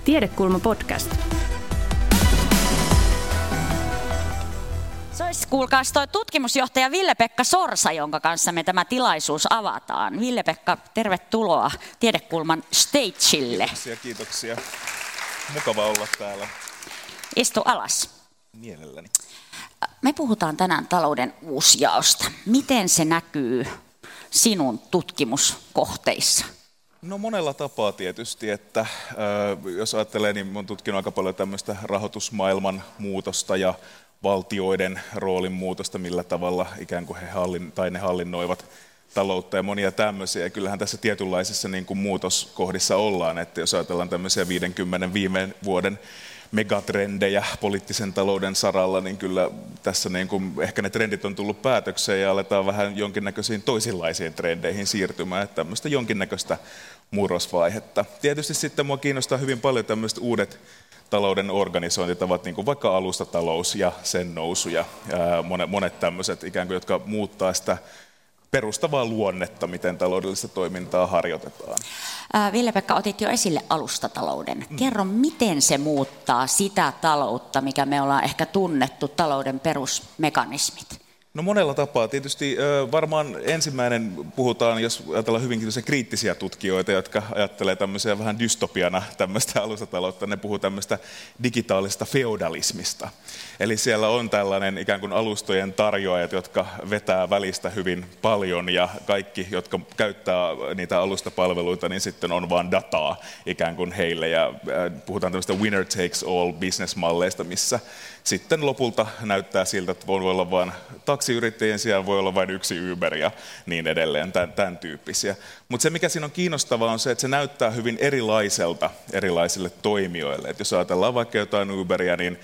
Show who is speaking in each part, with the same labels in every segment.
Speaker 1: Tiedekulma podcast.
Speaker 2: Se olisi, kuulkaas, toi tutkimusjohtaja Ville-Pekka Sorsa, jonka kanssa me tämä tilaisuus avataan. Ville-Pekka, tervetuloa Tiedekulman stageille.
Speaker 3: Kiitoksia. Mukava olla täällä.
Speaker 2: Istu alas.
Speaker 3: Mielelläni.
Speaker 2: Me puhutaan tänään talouden uusjaosta. Miten se näkyy sinun tutkimuskohteissa?
Speaker 3: No monella tapaa tietysti, että jos ajattelee, niin olen tutkinut aika paljon tämmöistä rahoitusmaailman muutosta ja valtioiden roolin muutosta, millä tavalla ikään kuin ne hallinnoivat taloutta ja monia tämmöisiä. Ja kyllähän tässä tietynlaisissa niin kuin muutoskohdissa ollaan, että jos ajatellaan tämmöisiä 50 viime vuoden megatrendejä poliittisen talouden saralla, niin kyllä tässä niin kuin ehkä ne trendit on tullut päätökseen ja aletaan vähän jonkinnäköisiin toisenlaisiin trendeihin siirtymään, että tämmöistä jonkinnäköistä murrosvaihetta. Tietysti sitten mua kiinnostaa hyvin paljon tämmöiset uudet talouden organisointitavat, niin kuin vaikka alustatalous ja sen nousu ja monet tämmöiset ikään kuin, jotka muuttaa sitä perustavaa luonnetta, miten taloudellista toimintaa harjoitetaan.
Speaker 2: Ville-Pekka, otit jo esille alustatalouden. Kerro, miten se muuttaa sitä taloutta, mikä me ollaan ehkä tunnettu talouden perusmekanismit?
Speaker 3: No monella tapaa. Tietysti varmaan ensimmäinen puhutaan, jos ajatellaan hyvinkin kriittisiä tutkijoita, jotka ajattelee tämmöisiä vähän dystopiana tämmöistä alustataloutta, ne puhuu tämmöistä digitaalisesta feodalismista. Eli siellä on tällainen ikään kuin alustojen tarjoajat, jotka vetää välistä hyvin paljon ja kaikki, jotka käyttää niitä alustapalveluita, niin sitten on vaan dataa ikään kuin heille. Ja puhutaan tämmöistä winner takes all business-malleista, missä sitten lopulta näyttää siltä, että voi olla vain taksiyrittäjien sijaan voi olla vain yksi Uber ja niin edelleen, tämän tyyppisiä. Mutta se, mikä siinä on kiinnostavaa, on se, että se näyttää hyvin erilaiselta erilaisille toimijoille. Et jos ajatellaan vaikka jotain Uberia, niin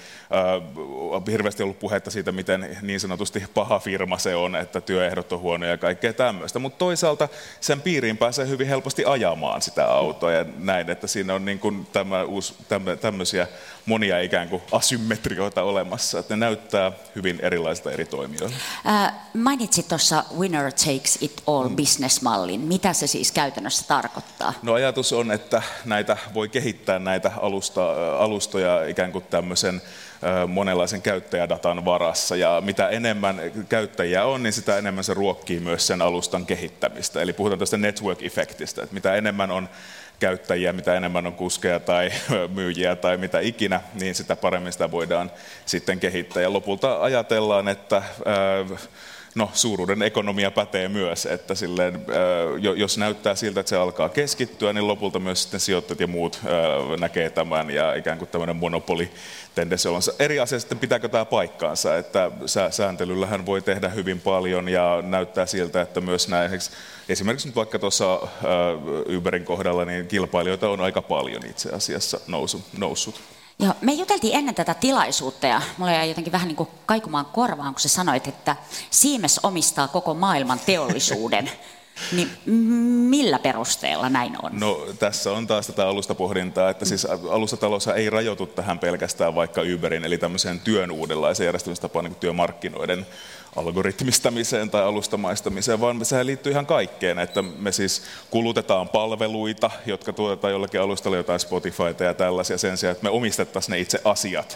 Speaker 3: on hirveästi ollut puhetta siitä, miten niin sanotusti paha firma se on, että työehdot on huonoja ja kaikkea tämmöistä. Mutta toisaalta sen piiriin pääsee hyvin helposti ajamaan sitä autoa ja näin, että siinä on niin kuin tämmöisiä monia ikään kuin asymmetrioita olemassa, että ne näyttää hyvin erilaisilta eri toimijoille.
Speaker 2: Mainitsit tuossa winner takes it all business-mallin. Mitä se siis käytännössä tarkoittaa?
Speaker 3: No ajatus on, että näitä voi kehittää näitä alustoja ikään kuin tämmöisen monenlaisen käyttäjädatan varassa, ja mitä enemmän käyttäjiä on, niin sitä enemmän se ruokkii myös sen alustan kehittämistä. Eli puhutaan tästä network-effektistä, että mitä enemmän on käyttäjiä, mitä enemmän on kuskeja tai myyjiä tai mitä ikinä, niin sitä paremmin sitä voidaan sitten kehittää. Ja lopulta ajatellaan, että suuruuden ekonomia pätee myös, että silleen, jos näyttää siltä, että se alkaa keskittyä, niin lopulta myös sitten sijoittajat ja muut näkee tämän ja ikään kuin tämmöinen monopolitendenssi olonsa. Eri asia sitten, pitääkö tämä paikkaansa, että sääntelyllähän voi tehdä hyvin paljon ja näyttää siltä, että myös esimerkiksi nyt vaikka tuossa Uberin kohdalla, niin kilpailijoita on aika paljon itse asiassa noussut.
Speaker 2: Joo, me juteltiin ennen tätä tilaisuutta ja mulla jäi jotenkin vähän niin kuin kaikumaan korvaan, kun sä sanoit, että Siemens omistaa koko maailman teollisuuden. Niin millä perusteella näin on?
Speaker 3: No tässä on taas tätä alustapohdintaa, että siis alustataloushan ei rajoitu tähän pelkästään vaikka Uberin, eli tämmöiseen työn uudenlaiseen järjestämistapaan niin kuin työmarkkinoiden algoritmistamiseen tai alustamaistamiseen, vaan sehän liittyy ihan kaikkeen, että me siis kulutetaan palveluita, jotka tuotetaan jollakin alustalla, jotain Spotifyta ja tällaisia sen sijaan, että me omistettaisiin ne itse asiat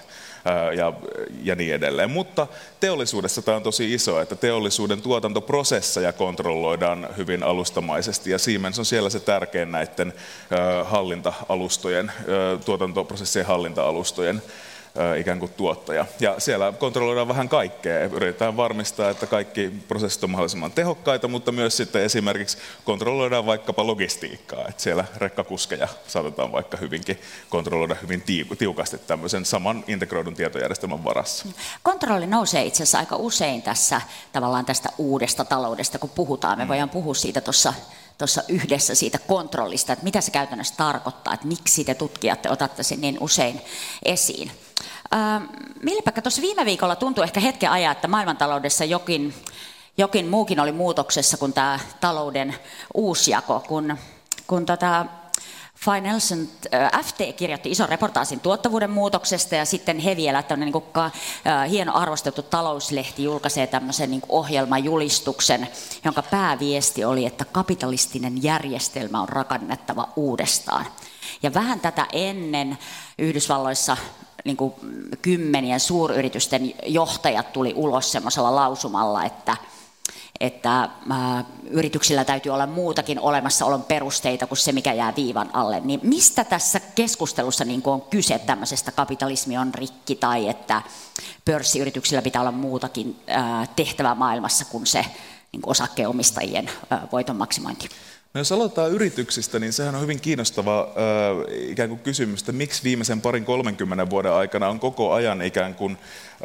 Speaker 3: ja niin edelleen. Mutta teollisuudessa tämä on tosi iso, että teollisuuden tuotantoprosesseja kontrolloidaan hyvin alustamaisesti ja Siemens on siellä se tärkein näiden hallinta-alustojen, tuotantoprosessien hallinta-alustojen ikään kuin tuottaja. Ja siellä kontrolloidaan vähän kaikkea. Yritetään varmistaa, että kaikki prosessit on mahdollisimman tehokkaita, mutta myös sitten esimerkiksi kontrolloidaan vaikkapa logistiikkaa. Että siellä rekkakuskeja saatetaan vaikka hyvinkin kontrolloida hyvin tiukasti tämmöisen saman integroidun tietojärjestelmän varassa.
Speaker 2: Kontrolli nousee itse asiassa aika usein tässä tavallaan tästä uudesta taloudesta, kun puhutaan. Me voidaan puhua siitä tuossa yhdessä siitä kontrollista, että mitä se käytännössä tarkoittaa, että miksi te tutkijat otatte sen niin usein esiin. Ville-Pekka, tuossa viime viikolla tuntui ehkä hetken ajan, että maailmantaloudessa jokin muukin oli muutoksessa kuin tämä talouden uusjako, kun Financial FT kirjoitti ison reportaasin tuottavuuden muutoksesta ja sitten he vielä tämmöinen hieno arvostettu talouslehti julkaisee tämmöisen niin ohjelmajulistuksen, jonka pääviesti oli, että kapitalistinen järjestelmä on rakennettava uudestaan. Ja vähän tätä ennen Yhdysvalloissa niin kuin kymmenien suuryritysten johtajat tuli ulos semmoisella lausumalla, että yrityksillä täytyy olla muutakin olemassaolon perusteita kuin se, mikä jää viivan alle. Niin mistä tässä keskustelussa niin kuin on kyse tämmöisestä kapitalismi on rikki tai että pörssiyrityksillä pitää olla muutakin tehtävää maailmassa kuin se niin kuin osakkeenomistajien voiton maksimointi?
Speaker 3: No jos aloitetaan yrityksistä, niin sehän on hyvin kiinnostava ikään kuin kysymys, että miksi viimeisen 30 vuoden aikana on koko ajan ikään kuin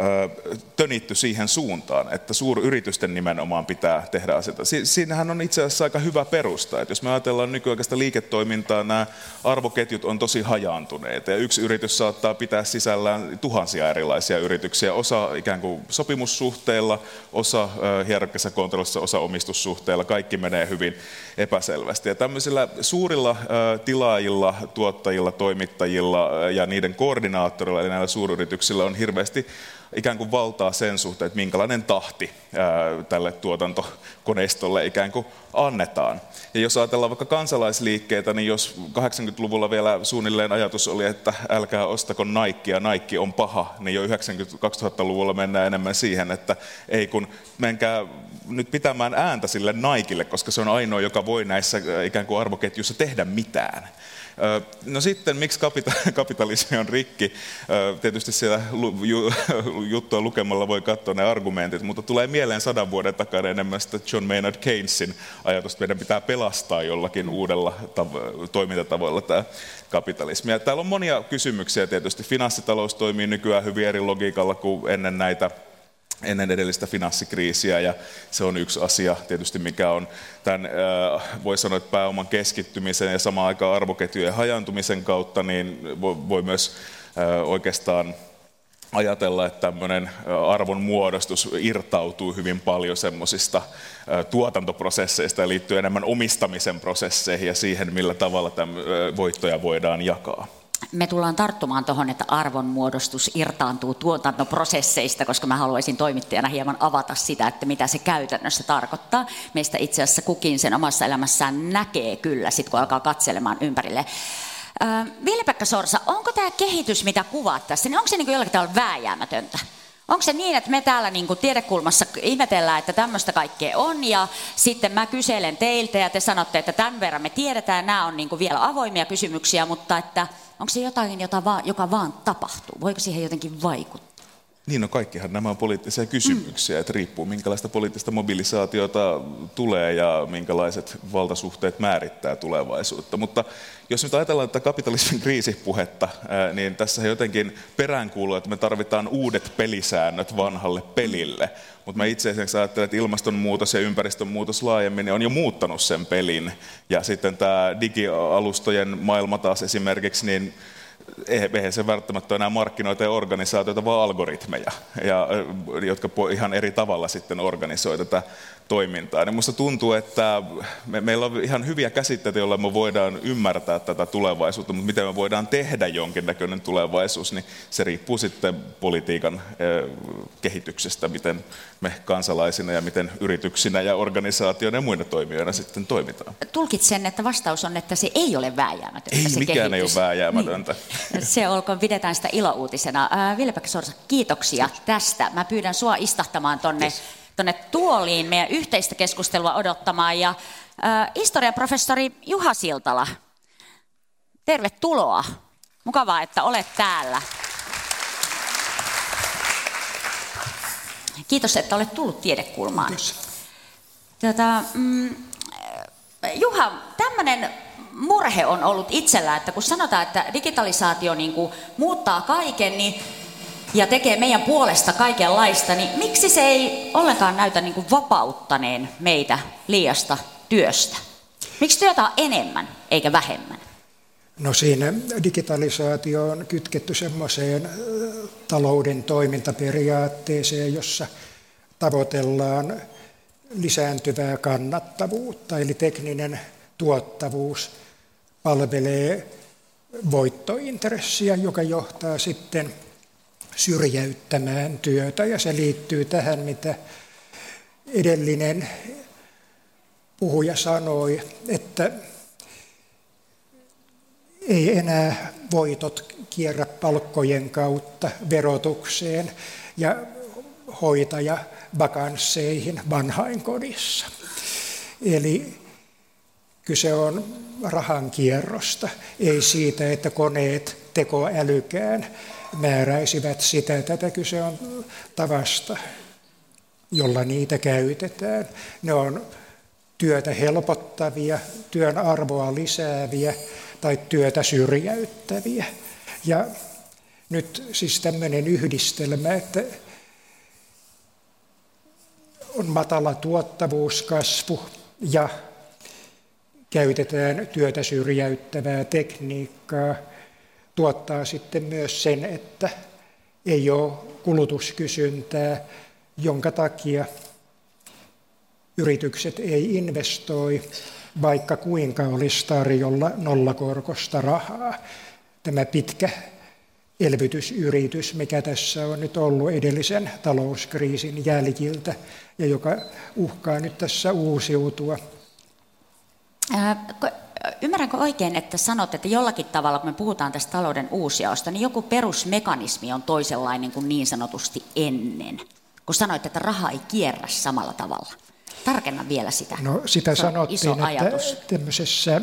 Speaker 3: tönitty siihen suuntaan, että suuryritysten nimenomaan pitää tehdä asioita. Siinähän on itse asiassa aika hyvä perusta, että jos me ajatellaan nykyaikaista liiketoimintaa, nämä arvoketjut on tosi hajaantuneita ja yksi yritys saattaa pitää sisällään tuhansia erilaisia yrityksiä, osa ikään kuin sopimussuhteilla, osa hierarkkisessa kontrollissa, osa omistussuhteilla, kaikki menee hyvin epäselvästi. Ja tämmöisillä suurilla tilaajilla, tuottajilla, toimittajilla ja niiden koordinaattorilla, eli näillä suuryrityksillä on hirveästi ikään kuin valtaa sen suhteen, että minkälainen tahti tälle tuotantokoneistolle ikään kuin annetaan. Ja jos ajatellaan vaikka kansalaisliikkeitä, niin jos 80-luvulla vielä suunnilleen ajatus oli, että älkää ostako Nikea, Nike on paha, niin jo 2000-luvulla mennään enemmän siihen, että ei kun menkää nyt pitämään ääntä sille Nikelle, koska se on ainoa, joka voi näissä ikään kuin arvoketjuissa tehdä mitään. No sitten, miksi kapitalismi on rikki? Tietysti siellä juttua lukemalla voi katsoa ne argumentit, mutta tulee mieleen 100 vuoden takana enemmän sitä John Maynard Keynesin ajatusta, että meidän pitää pelastaa jollakin uudella toimintatavoilla tämä kapitalismi. Ja täällä on monia kysymyksiä tietysti. Finanssitalous toimii nykyään hyvin eri logiikalla kuin ennen edellistä finanssikriisiä, ja se on yksi asia tietysti, mikä on tämän, voi sanoa, että pääoman keskittymisen ja samaan aikaan arvoketjujen hajaantumisen kautta, niin voi myös oikeastaan ajatella, että tämmöinen arvon muodostus irtautuu hyvin paljon semmoisista tuotantoprosesseista ja liittyy enemmän omistamisen prosesseihin ja siihen, millä tavalla voittoja voidaan jakaa.
Speaker 2: Me tullaan tarttumaan tuohon, että arvonmuodostus irtaantuu tuotantoprosesseista, koska mä haluaisin toimittajana hieman avata sitä, että mitä se käytännössä tarkoittaa. Meistä itse asiassa kukin sen omassa elämässään näkee kyllä, sit kun alkaa katselemaan ympärille. Ville-Pekka Sorsa, onko tämä kehitys, mitä kuvaat tässä, niin onko se niin kuin jollakin tavalla vääjäämätöntä? Onko se niin, että me täällä niin kuin tiedekulmassa ihmetellään, että tämmöistä kaikkea on, ja sitten mä kyselen teiltä, ja te sanotte, että tämän verran me tiedetään, nämä on niin kuin vielä avoimia kysymyksiä, mutta että onko se jotain, joka vaan tapahtuu? Voiko siihen jotenkin vaikuttaa?
Speaker 3: Niin, no kaikkihan nämä on poliittisia kysymyksiä, että riippuu minkälaista poliittista mobilisaatiota tulee ja minkälaiset valtasuhteet määrittää tulevaisuutta. Mutta jos nyt ajatellaan tätä kapitalismin kriisipuhetta, niin tässä jotenkin peräänkuuluu, että me tarvitaan uudet pelisäännöt vanhalle pelille. Mutta mä itse asiassa ajattelen, että ilmastonmuutos ja ympäristönmuutos laajemmin on jo muuttanut sen pelin. Ja sitten tämä digialustojen maailma taas esimerkiksi, niin eihän se välttämättä enää markkinoita ja organisaatioita, vaan algoritmeja, jotka ihan eri tavalla sitten organisoi tätä toimintaa. Niin musta tuntuu, että meillä on ihan hyviä käsitteitä, joilla me voidaan ymmärtää tätä tulevaisuutta, mutta miten me voidaan tehdä jonkinnäköinen tulevaisuus, niin se riippuu sitten politiikan kehityksestä, miten me kansalaisina ja miten yrityksinä ja organisaatioina ja muina toimijoina sitten toimitaan.
Speaker 2: Tulkitsen, että vastaus on, että se ei ole vääjäämätöntä.
Speaker 3: Ei, mikään kehitys ei ole vääjäämätöntä.
Speaker 2: Niin. Se olkoon, pidetään sitä ilouutisena. Ville-Pekka Sorsa, kiitoksia tästä. Mä pyydän sua istahtamaan tonne tuoliin meidän yhteistä keskustelua odottamaan. Ja historian professori Juha Siltala, tervetuloa. Mukavaa, että olet täällä. Kiitos, että olet tullut Tiedekulmaan. Juha, tämmöinen murhe on ollut itsellä, että kun sanotaan, että digitalisaatio niin kuin muuttaa kaiken ja tekee meidän puolesta kaikenlaista, niin miksi se ei ollenkaan näytä niin kuin vapauttaneen meitä liiasta työstä? Miksi työtä on enemmän eikä vähemmän?
Speaker 1: No siinä digitalisaatio on kytketty semmoiseen talouden toimintaperiaatteeseen, jossa tavoitellaan lisääntyvää kannattavuutta, eli tekninen tuottavuus palvelee voittointressiä, joka johtaa sitten syrjäyttämään työtä, ja se liittyy tähän, mitä edellinen puhuja sanoi, että ei enää voitot kierrä palkkojen kautta verotukseen ja hoitajavakansseihin vanhainkodissa. Eli kyse on rahan kierrosta, ei siitä, että koneet tekoälykään määräisivät sitä. Tätä kyse on tavasta, jolla niitä käytetään. Ne on työtä helpottavia, työn arvoa lisääviä tai työtä syrjäyttäviä. Ja nyt siis tämmöinen yhdistelmä, että on matala tuottavuuskasvu ja käytetään työtä syrjäyttävää tekniikkaa, tuottaa sitten myös sen, että ei ole kulutuskysyntää, jonka takia yritykset ei investoi, vaikka kuinka olisi tarjolla nollakorkoista rahaa. Tämä pitkä elvytysyritys, mikä tässä on nyt ollut edellisen talouskriisin jäljiltä ja joka uhkaa nyt tässä uusiutua.
Speaker 2: Ymmärränkö oikein, että sanot, että jollakin tavalla, kun me puhutaan tästä talouden uusjaosta, niin joku perusmekanismi on toisenlainen kuin niin sanotusti ennen? Kun sanoit, että raha ei kierrä samalla tavalla. Tarkenna vielä sitä.
Speaker 1: No sitä sanottiin, että tämmöisessä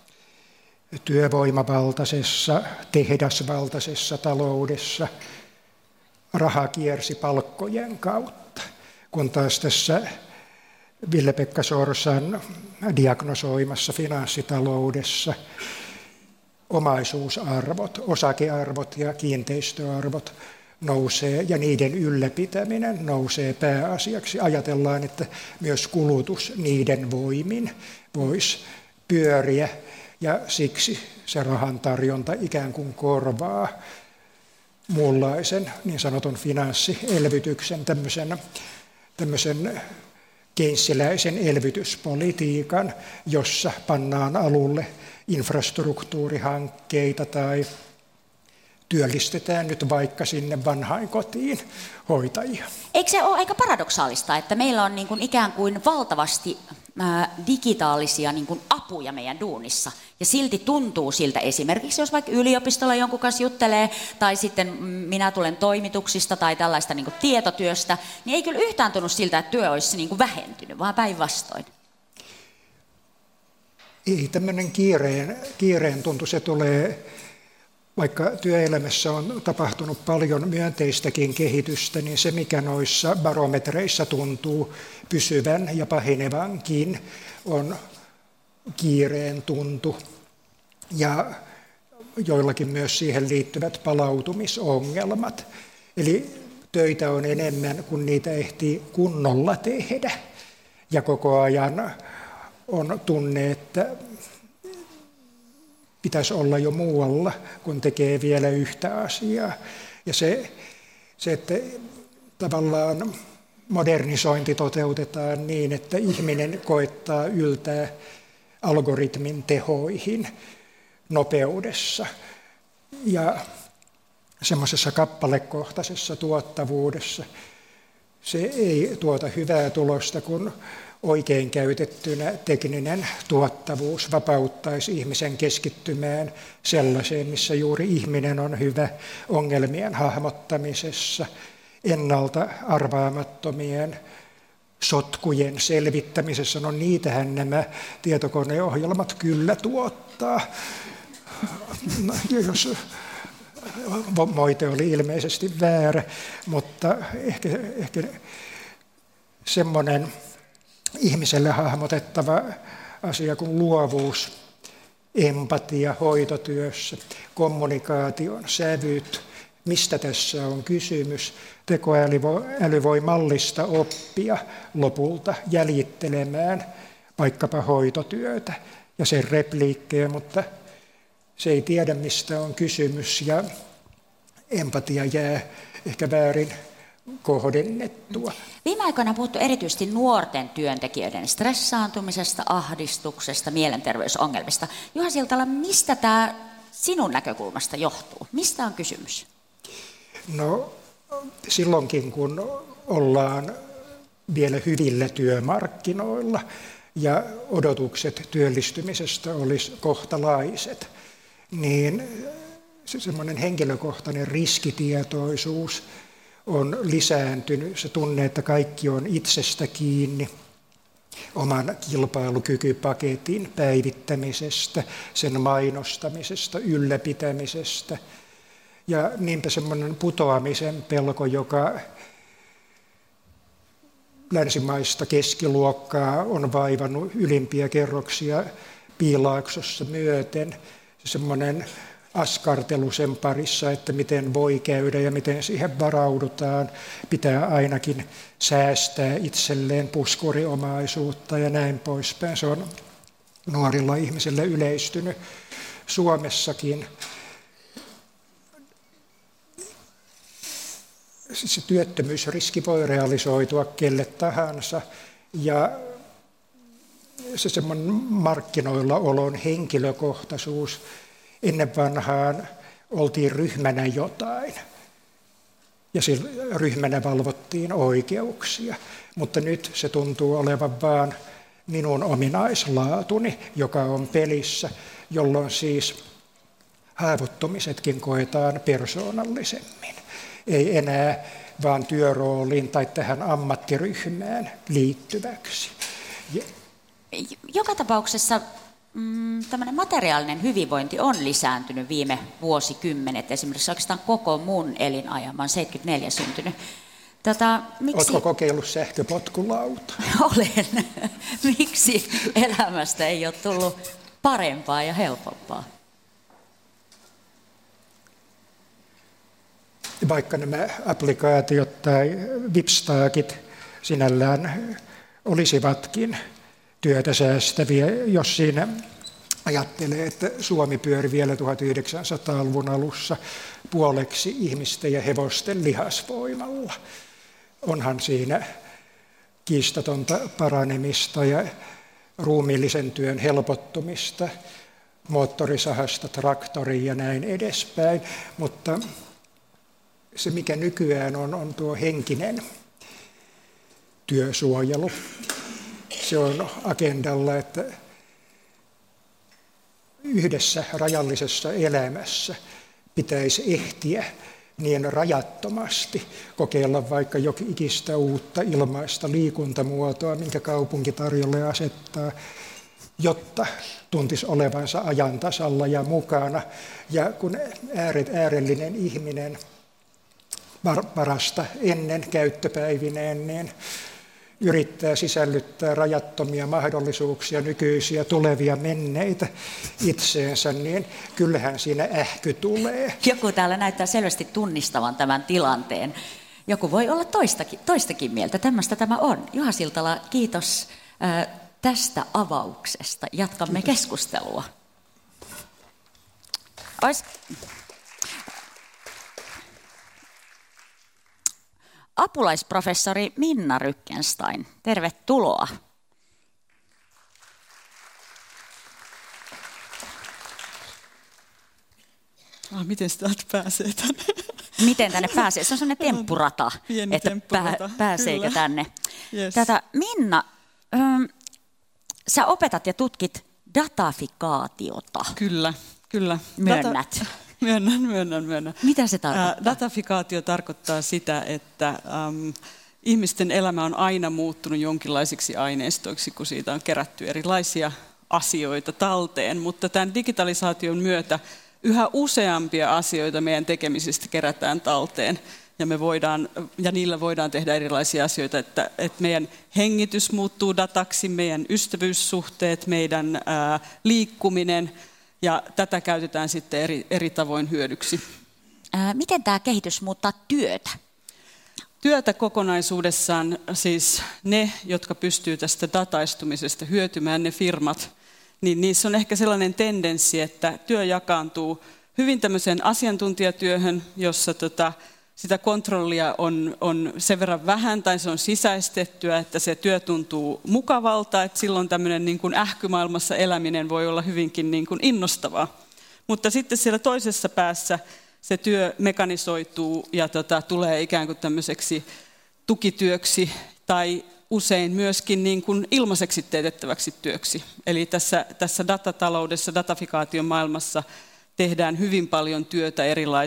Speaker 1: työvoimavaltaisessa, tehdasvaltaisessa taloudessa raha kiersi palkkojen kautta, kun taas tässä Ville-Pekka Sorsan diagnosoimassa finanssitaloudessa omaisuusarvot, osakearvot ja kiinteistöarvot nousee ja niiden ylläpitäminen nousee pääasiaksi. Ajatellaan, että myös kulutus niiden voimin voisi pyöriä ja siksi se rahan tarjonta ikään kuin korvaa muunlaisen niin sanotun finanssielvytyksen, tämmöisen keynesiläisen elvytyspolitiikan, jossa pannaan alulle infrastruktuurihankkeita tai työllistetään nyt vaikka sinne vanhainkotiin hoitajia.
Speaker 2: Eikö se ole aika paradoksaalista, että meillä on niin kuin ikään kuin valtavasti digitaalisia niin kuin apuja meidän duunissa, ja silti tuntuu siltä esimerkiksi, jos vaikka yliopistolla jonkun kanssa juttelee, tai sitten minä tulen toimituksista tai tällaista niin kuin tietotyöstä, niin ei kyllä yhtään tunnu siltä, että työ olisi niin kuin vähentynyt, vaan päinvastoin.
Speaker 1: Ei tämmöinen kiireen tuntu, se tulee, vaikka työelämässä on tapahtunut paljon myönteistäkin kehitystä, niin se mikä noissa barometreissa tuntuu pysyvän ja pahenevankin on kiireen tuntu ja joillakin myös siihen liittyvät palautumisongelmat. Eli töitä on enemmän kuin niitä ehtii kunnolla tehdä ja koko ajan on tunne, että pitäisi olla jo muualla, kun tekee vielä yhtä asiaa. Ja se että tavallaan modernisointi toteutetaan niin, että ihminen koettaa yltää algoritmin tehoihin nopeudessa ja semmoisessa kappalekohtaisessa tuottavuudessa. Se ei tuota hyvää tulosta, kun oikein käytettynä tekninen tuottavuus vapauttaisi ihmisen keskittymään sellaiseen, missä juuri ihminen on hyvä ongelmien hahmottamisessa, ennalta arvaamattomien sotkujen selvittämisessä. No niitähän nämä tietokoneohjelmat kyllä tuottaa. No, jos moite oli ilmeisesti väärä, mutta ehkä semmoinen ihmiselle hahmotettava asia kuin luovuus, empatia hoitotyössä, kommunikaation sävyt, mistä tässä on kysymys. Tekoäly voi mallista oppia lopulta jäljittelemään vaikkapa hoitotyötä ja sen repliikkejä, mutta se ei tiedä, mistä on kysymys ja empatia jää ehkä väärin kohdennettua.
Speaker 2: Viime aikoina on puhuttu erityisesti nuorten työntekijöiden stressaantumisesta, ahdistuksesta, mielenterveysongelmista. Juha Siltala, mistä tämä sinun näkökulmasta johtuu? Mistä on kysymys?
Speaker 1: No silloinkin, kun ollaan vielä hyvillä työmarkkinoilla ja odotukset työllistymisestä olisi kohtalaiset, niin se semmoinen henkilökohtainen riskitietoisuus on lisääntynyt. Se tunne, että kaikki on itsestä kiinni, oman kilpailukykypaketin päivittämisestä, sen mainostamisesta, ylläpitämisestä. Ja niinpä semmoinen putoamisen pelko, joka länsimaista keskiluokkaa on vaivannut ylimpiä kerroksia Piilaaksossa myöten. Semmoinen askartelu sen parissa, että miten voi käydä ja miten siihen varaudutaan. Pitää ainakin säästää itselleen puskuriomaisuutta ja näin poispäin. Se on nuorilla ihmisillä yleistynyt Suomessakin. Se työttömyysriski voi realisoitua kelle tahansa ja se semmoinen markkinoilla olon henkilökohtaisuus. Ennen vanhaan oltiin ryhmänä jotain ja sillä ryhmänä valvottiin oikeuksia, mutta nyt se tuntuu olevan vaan minun ominaislaatuni, joka on pelissä, jolloin siis haavoittumisetkin koetaan persoonallisemmin. Ei enää vaan työrooliin tai tähän ammattiryhmään liittyväksi.
Speaker 2: Joka tapauksessa tämmöinen materiaalinen hyvinvointi on lisääntynyt viime vuosikymmenet. Esimerkiksi oikeastaan koko mun elinajan. Mä oon 74 syntynyt. Miksi...
Speaker 1: Oletko kokeillut sähköpotkulauta?
Speaker 2: Olen. Miksi elämästä ei ole tullut parempaa ja helpompaa?
Speaker 1: Vaikka nämä applikaatiot tai Vipstaakit sinällään olisivatkin työtä säästäviä, jos siinä ajattelee, että Suomi pyöri vielä 1900-luvun alussa puoleksi ihmisten ja hevosten lihasvoimalla. Onhan siinä kiistatonta paranemista ja ruumiillisen työn helpottumista, moottorisahasta traktoriin ja näin edespäin, mutta se mikä nykyään on tuo henkinen työsuojelu. Se on agendalla, että yhdessä rajallisessa elämässä pitäisi ehtiä niin rajattomasti kokeilla vaikka ikistä uutta ilmaista liikuntamuotoa, minkä kaupunki tarjolle asettaa, jotta tuntisi olevansa ajan tasalla ja mukana. Ja kun äärellinen ihminen parasta ennen käyttöpäivineen, niin yrittää sisällyttää rajattomia mahdollisuuksia, nykyisiä, tulevia, menneitä itseensä, niin kyllähän siinä ähky tulee.
Speaker 2: Joku täällä näyttää selvästi tunnistavan tämän tilanteen. Joku voi olla toistakin mieltä. Tämmöistä tämä on. Juha Siltala, kiitos tästä avauksesta. Jatkamme keskustelua. Apulaisprofessori Minna Rückenstein, tervetuloa.
Speaker 4: Miten täältä pääsee tänne?
Speaker 2: Miten tänne pääsee? Se on sellainen temppurata,
Speaker 4: pieni
Speaker 2: että
Speaker 4: temppurata,
Speaker 2: pääseekö
Speaker 4: kyllä.
Speaker 2: tänne.
Speaker 4: Yes.
Speaker 2: Minna, sä opetat ja tutkit datafikaatiota.
Speaker 4: Kyllä.
Speaker 2: Myönnät.
Speaker 4: Myönnän.
Speaker 2: Mitä se tarkoittaa?
Speaker 4: Datafikaatio tarkoittaa sitä, että ihmisten elämä on aina muuttunut jonkinlaisiksi aineistoiksi, kun siitä on kerätty erilaisia asioita talteen, mutta tämän digitalisaation myötä yhä useampia asioita meidän tekemisistä kerätään talteen. Ja niillä voidaan tehdä erilaisia asioita, että meidän hengitys muuttuu dataksi, meidän ystävyyssuhteet, meidän liikkuminen, ja tätä käytetään sitten eri tavoin hyödyksi.
Speaker 2: Miten tämä kehitys muuttaa työtä?
Speaker 4: Työtä kokonaisuudessaan, siis ne, jotka pystyy tästä dataistumisesta hyötymään, ne firmat, niin niissä on ehkä sellainen tendenssi, että työ jakaantuu hyvin tämmöiseen asiantuntijatyöhön, jossa sitä kontrollia on sen verran vähän tai se on sisäistettyä, että se työ tuntuu mukavalta, että silloin tämmöinen niin kuin ähkymaailmassa eläminen voi olla hyvinkin niin kuin innostavaa. Mutta sitten siellä toisessa päässä se työ mekanisoituu ja tulee ikään kuin tämmöiseksi tukityöksi tai usein myöskin niin kuin ilmaiseksi teetettäväksi työksi. Eli tässä datataloudessa, datafikaation maailmassa tehdään hyvin paljon työtä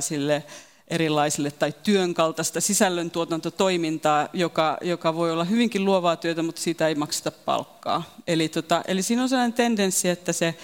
Speaker 4: erilaisille tai työn kaltaista sisällöntuotantotoimintaa, joka voi olla hyvinkin luovaa työtä, mutta siitä ei makseta palkkaa. Eli siinä on sellainen tendenssi, että se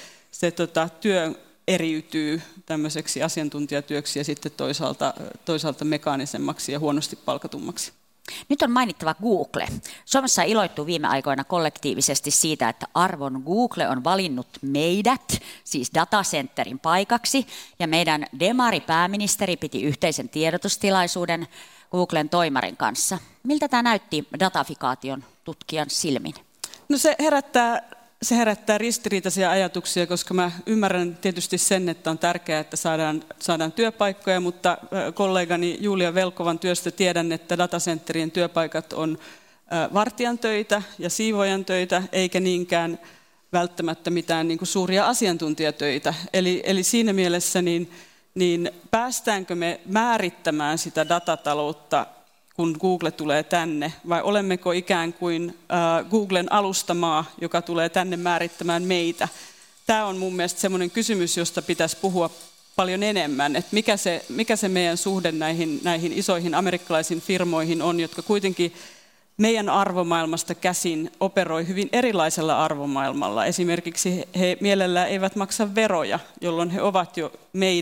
Speaker 4: työ eriytyy tämmöiseksi asiantuntijatyöksi ja sitten toisaalta mekaanisemmaksi ja huonosti palkatummaksi.
Speaker 2: Nyt on mainittava Google. Suomessa iloittuu viime aikoina kollektiivisesti siitä, että arvon Google on valinnut meidät, siis datacenterin paikaksi, ja meidän demari-pääministeri piti yhteisen tiedotustilaisuuden Googlen toimarin kanssa. Miltä tämä näytti datafikaation tutkijan silmin?
Speaker 4: No se herättää ristiriitaisia ajatuksia, koska mä ymmärrän tietysti sen, että on tärkeää, että saadaan työpaikkoja, mutta kollegani Julia Velkovan työstä tiedän, että datacenterien työpaikat on vartijan töitä ja siivoajan töitä, eikä niinkään välttämättä mitään niin kuin suuria asiantuntijatöitä. Eli siinä mielessä niin päästäänkö me määrittämään sitä datataloutta, kun Google tulee tänne, vai olemmeko ikään kuin Googlen alustamaa, joka tulee tänne määrittämään meitä? Tämä on mun mielestä semmoinen kysymys, josta pitäisi puhua paljon enemmän, että mikä se meidän suhde näihin isoihin amerikkalaisiin firmoihin on, jotka kuitenkin meidän arvomaailmasta käsin operoi hyvin erilaisella arvomaailmalla. Esimerkiksi he mielellään eivät maksa veroja, jolloin he ovat jo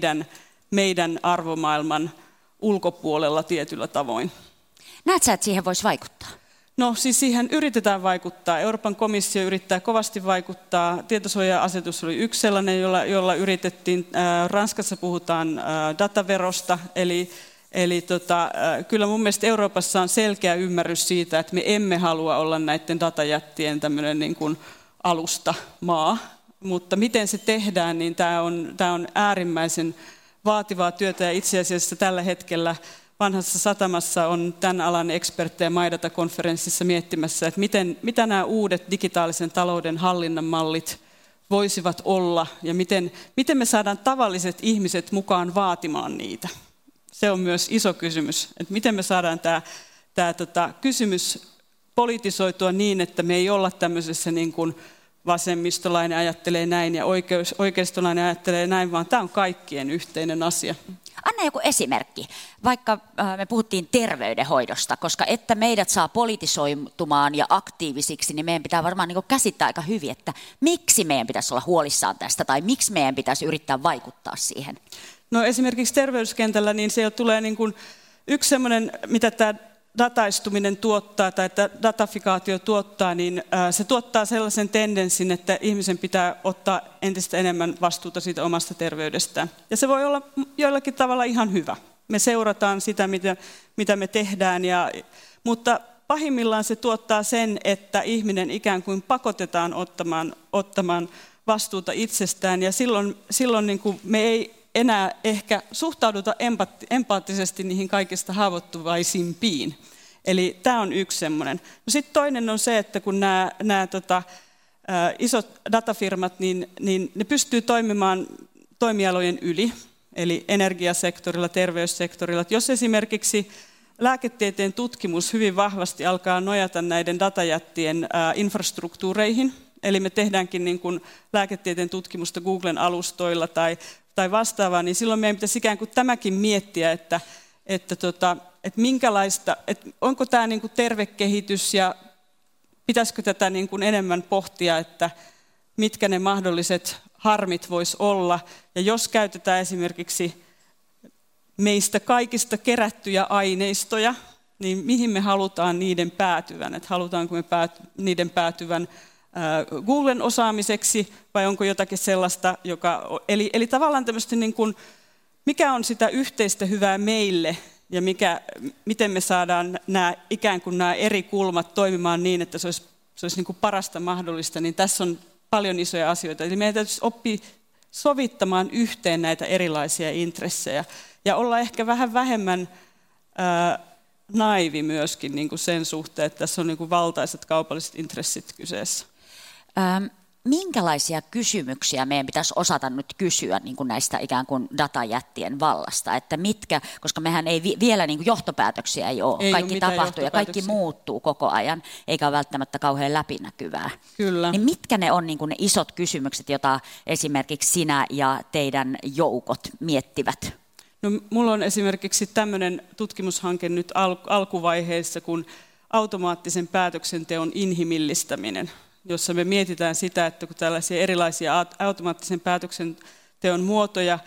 Speaker 4: meidän arvomaailman ulkopuolella tietyllä tavoin.
Speaker 2: Näetkö sä, että siihen voisi vaikuttaa?
Speaker 4: No siis siihen yritetään vaikuttaa. Euroopan komissio yrittää kovasti vaikuttaa. Tietosuoja-asetus oli yksi sellainen, jolla yritettiin. Ranskassa puhutaan dataverosta. Eli kyllä mun mielestä Euroopassa on selkeä ymmärrys siitä, että me emme halua olla näiden datajättien tämmöinen niin kuin alustamaa. Mutta miten se tehdään, niin tämä on äärimmäisen vaativaa työtä ja itse asiassa tällä hetkellä Vanhassa Satamassa on tämän alan eksperttejä MyData-konferenssissa miettimässä, että mitä nämä uudet digitaalisen talouden hallinnan mallit voisivat olla ja miten me saadaan tavalliset ihmiset mukaan vaatimaan niitä. Se on myös iso kysymys, että miten me saadaan tämä kysymys politisoitua niin, että me ei olla tämmöisessä niin kuin vasemmistolainen ajattelee näin ja oikeistolainen ajattelee näin, vaan tämä on kaikkien yhteinen asia.
Speaker 2: Anna joku esimerkki, vaikka me puhuttiin terveydenhoidosta, koska että meidät saa politisoitumaan ja aktiivisiksi, niin meidän pitää varmaan niin käsittää aika hyvin, että miksi meidän pitäisi olla huolissaan tästä tai miksi meidän pitäisi yrittää vaikuttaa siihen.
Speaker 4: No esimerkiksi terveyskentällä niin se tulee niin kuin yksi semmoinen, mitä tämä dataistuminen tuottaa tai että datafikaatio tuottaa, niin se tuottaa sellaisen tendenssin, että ihmisen pitää ottaa entistä enemmän vastuuta siitä omasta terveydestään. Ja se voi olla joillakin tavalla ihan hyvä. Me seurataan sitä, mitä me tehdään, mutta pahimmillaan se tuottaa sen, että ihminen ikään kuin pakotetaan ottamaan vastuuta itsestään ja silloin niin kuin me ei enää ehkä suhtauduta empaattisesti niihin kaikista haavoittuvaisimpiin. Eli tämä on yksi semmoinen. No sitten toinen on se, että kun nämä isot datafirmat, niin ne pystyy toimimaan toimialojen yli, eli energiasektorilla, terveyssektorilla. Että jos esimerkiksi lääketieteen tutkimus hyvin vahvasti alkaa nojata näiden datajättien infrastruktuureihin, eli me tehdäänkin niin kuin lääketieteen tutkimusta Googlen alustoilla tai vastaavaa, niin silloin meidän pitäisi ikään kuin tämäkin miettiä, että minkälaista, että onko tämä niin kuin terve kehitys ja pitäisikö tätä niin kuin enemmän pohtia, että mitkä ne mahdolliset harmit vois olla. Ja jos käytetään esimerkiksi meistä kaikista kerättyjä aineistoja, niin mihin me halutaan niiden päätyvän? Että halutaanko me niiden päätyvän Googlen osaamiseksi vai onko jotakin sellaista, eli tavallaan tämmöistä niin kuin, mikä on sitä yhteistä hyvää meille ja miten me saadaan ikään kuin nämä eri kulmat toimimaan niin, että se olisi niin kuin parasta mahdollista, niin tässä on paljon isoja asioita. Eli meidän täytyisi oppia sovittamaan yhteen näitä erilaisia intressejä ja olla ehkä vähän vähemmän naivi myöskin niin kuin sen suhteen, että tässä on niin kuin valtaiset kaupalliset intressit kyseessä.
Speaker 2: minkälaisia kysymyksiä meidän pitäisi osata nyt kysyä niin kuin näistä ikään kuin datajättien vallasta, että koska mehän ei vielä niin kuin johtopäätöksiä ei ole, kaikki tapahtuu ja kaikki muuttuu koko ajan, eikä ole välttämättä kauhean läpinäkyvää.
Speaker 4: Kyllä.
Speaker 2: Niin mitkä ne on niin kuin ne isot kysymykset, joita esimerkiksi sinä ja teidän joukot miettivät?
Speaker 4: No, mulla on esimerkiksi tämmöinen tutkimushanke nyt alkuvaiheessa kuin automaattisen päätöksenteon inhimillistäminen, jossa me mietitään sitä, että kun tällaisia erilaisia automaattisen päätöksenteon muotoja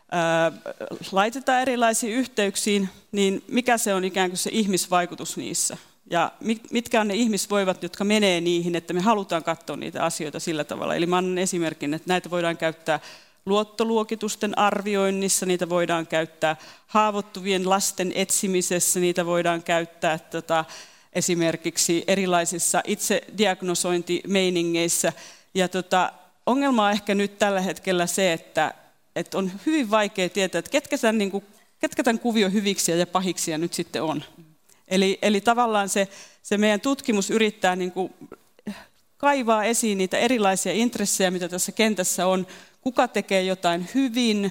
Speaker 4: laitetaan erilaisiin yhteyksiin, niin mikä se on ikään kuin se ihmisvaikutus niissä? Ja mitkä on ne ihmisvoivat, jotka menee niihin, että me halutaan katsoa niitä asioita sillä tavalla. Eli mä annan esimerkin, että näitä voidaan käyttää luottoluokitusten arvioinnissa, niitä voidaan käyttää haavoittuvien lasten etsimisessä, niitä voidaan käyttää esimerkiksi erilaisissa itsediagnosointimeiningeissä. Ja ongelma on ehkä nyt tällä hetkellä se, että on hyvin vaikea tietää, että ketkä tämän kuvion hyviksiä ja pahiksia nyt sitten on. Eli tavallaan se meidän tutkimus yrittää niin kuin kaivaa esiin niitä erilaisia intressejä, mitä tässä kentässä on, kuka tekee jotain hyvin,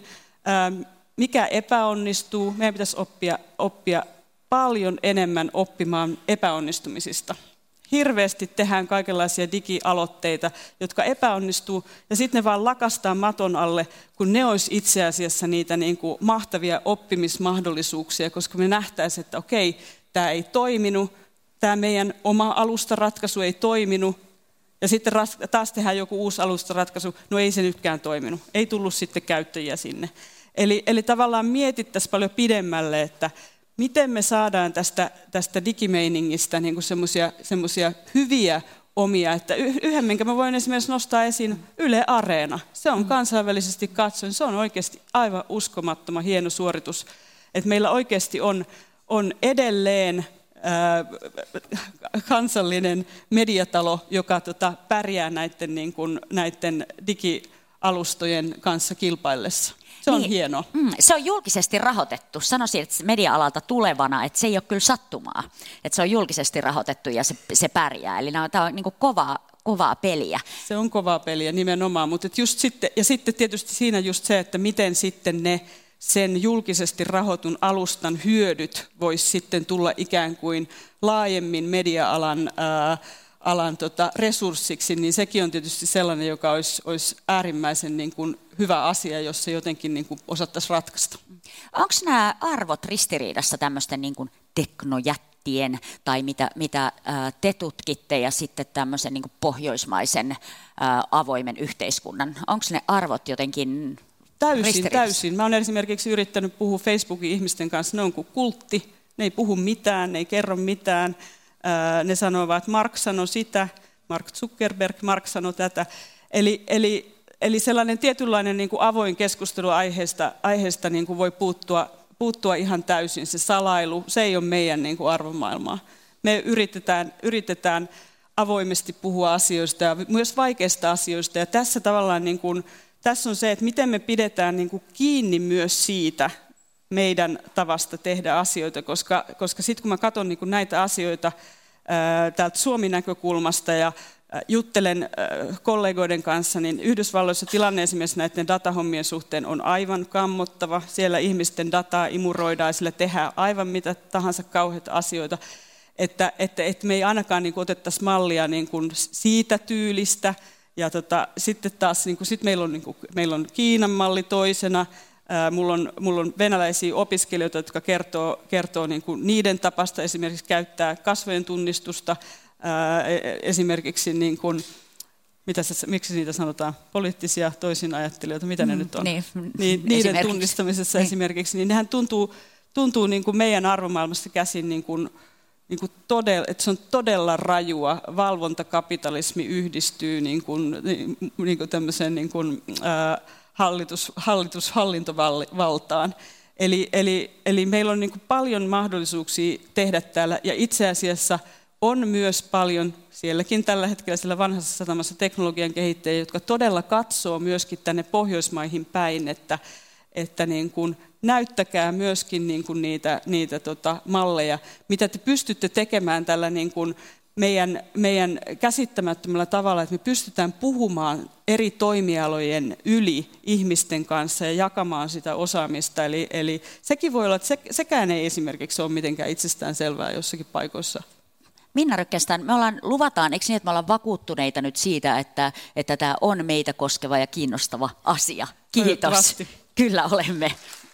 Speaker 4: mikä epäonnistuu. Meidän pitäisi oppia paljon enemmän oppimaan epäonnistumisista. Hirveästi tehdään kaikenlaisia digialoitteita, jotka epäonnistuu, ja sitten ne vaan lakastaa maton alle, kun ne olisi itse asiassa niitä niin kuin mahtavia oppimismahdollisuuksia, koska me nähtäisiin, että okei, tämä ei toiminut, tämä meidän oma alustaratkaisu ei toiminut, ja sitten taas tehdään joku uusi alustaratkaisu, no ei se nytkään toiminut, ei tullut sitten käyttäjiä sinne. Eli tavallaan mietittäisiin paljon pidemmälle, että miten me saadaan tästä digimeiningistä niin kuin semmoisia hyviä omia, että yhden, minkä mä voin esimerkiksi nostaa esiin, Yle Areena. Se on kansainvälisesti katsoen, se on oikeasti aivan uskomattoman hieno suoritus, että meillä oikeasti on edelleen kansallinen mediatalo, joka pärjää näiden digialustojen kanssa kilpaillessa. Se on hieno.
Speaker 2: Se on julkisesti rahoitettu. Sanoisin, että media-alalta tulevana, että se ei ole kyllä sattumaa. Että se on julkisesti rahoitettu ja se pärjää. Eli tämä on niin kuin kovaa peliä.
Speaker 4: Se on kovaa peliä nimenomaan, mutta sitten tietysti siinä just se, että miten sitten sen julkisesti rahoitun alustan hyödyt voisi sitten tulla ikään kuin laajemmin media-alan resurssiksi, niin sekin on tietysti sellainen, joka olisi äärimmäisen niin kuin hyvä asia, jos se jotenkin niin kuin osattaisiin ratkaista.
Speaker 2: Onko nämä arvot ristiriidassa tämmöisten niin kuin teknojättien tai mitä te tutkitte ja sitten tämmöisen niin kuin pohjoismaisen avoimen yhteiskunnan? Onko ne arvot jotenkin
Speaker 4: Täysin. Mä olen esimerkiksi yrittänyt puhua Facebookin ihmisten kanssa, ne on kuin kultti, ne ei puhu mitään, ne ei kerro mitään. Ne sanovat, että Mark sanoi sitä, Mark Zuckerberg, Mark sanoi tätä. Eli sellainen tietynlainen niin kuin avoin keskustelu aiheesta niin kuin voi puuttua ihan täysin. Se salailu, se ei ole meidän niin kuin arvomaailmaa. Me yritetään avoimesti puhua asioista ja myös vaikeista asioista. Ja tässä tavallaan niin kuin, tässä on se, että miten me pidetään niin kuin kiinni myös siitä meidän tavasta tehdä asioita, koska sitten kun mä katson niin kuin näitä asioita täältä Suomi-näkökulmasta ja juttelen kollegoiden kanssa, niin Yhdysvalloissa tilanne esimerkiksi näiden datahommien suhteen on aivan kammottava. Siellä ihmisten dataa imuroidaan ja sillä tehdään aivan mitä tahansa kauheita asioita. Että me ei ainakaan niin kuin otettaisi mallia niin kuin siitä tyylistä. Ja sitten taas niin kuin, meillä on Kiinan malli toisena. Mulla on venäläisiä opiskelijoita, jotka kertoo niin kuin niiden tapasta esimerkiksi käyttää kasvojen tunnistusta, esimerkiksi niin kuin, miksi niitä sanotaan, poliittisia toisinajattelijoita, mitä ne nyt on, niiden tunnistamisessa esimerkiksi, niin nehän tuntuu niin kuin meidän arvomaailmasta käsin niin kuin että se on todella rajua. Valvontakapitalismi yhdistyy niin kuin tämmöiseen niin kuin, hallintovaltaan. Eli meillä on niin kuin paljon mahdollisuuksia tehdä täällä, ja itse asiassa on myös paljon sielläkin tällä hetkellä siellä vanhassa satamassa teknologian kehittäjiä, jotka todella katsoo myöskin tänne Pohjoismaihin päin, että niin kuin näyttäkää myöskin niin kuin niitä malleja, mitä te pystytte tekemään tällä niin kuin meidän käsittämättömällä tavalla, että me pystytään puhumaan eri toimialojen yli ihmisten kanssa ja jakamaan sitä osaamista. Eli sekin voi olla, että sekään ei esimerkiksi ole mitenkään itsestään selvää jossakin paikoissa.
Speaker 2: Minna Rykkästään, luvataan, eikö niin, että me ollaan vakuuttuneita nyt siitä, että tämä on meitä koskeva ja kiinnostava asia? Kiitos. Kyllä olemme.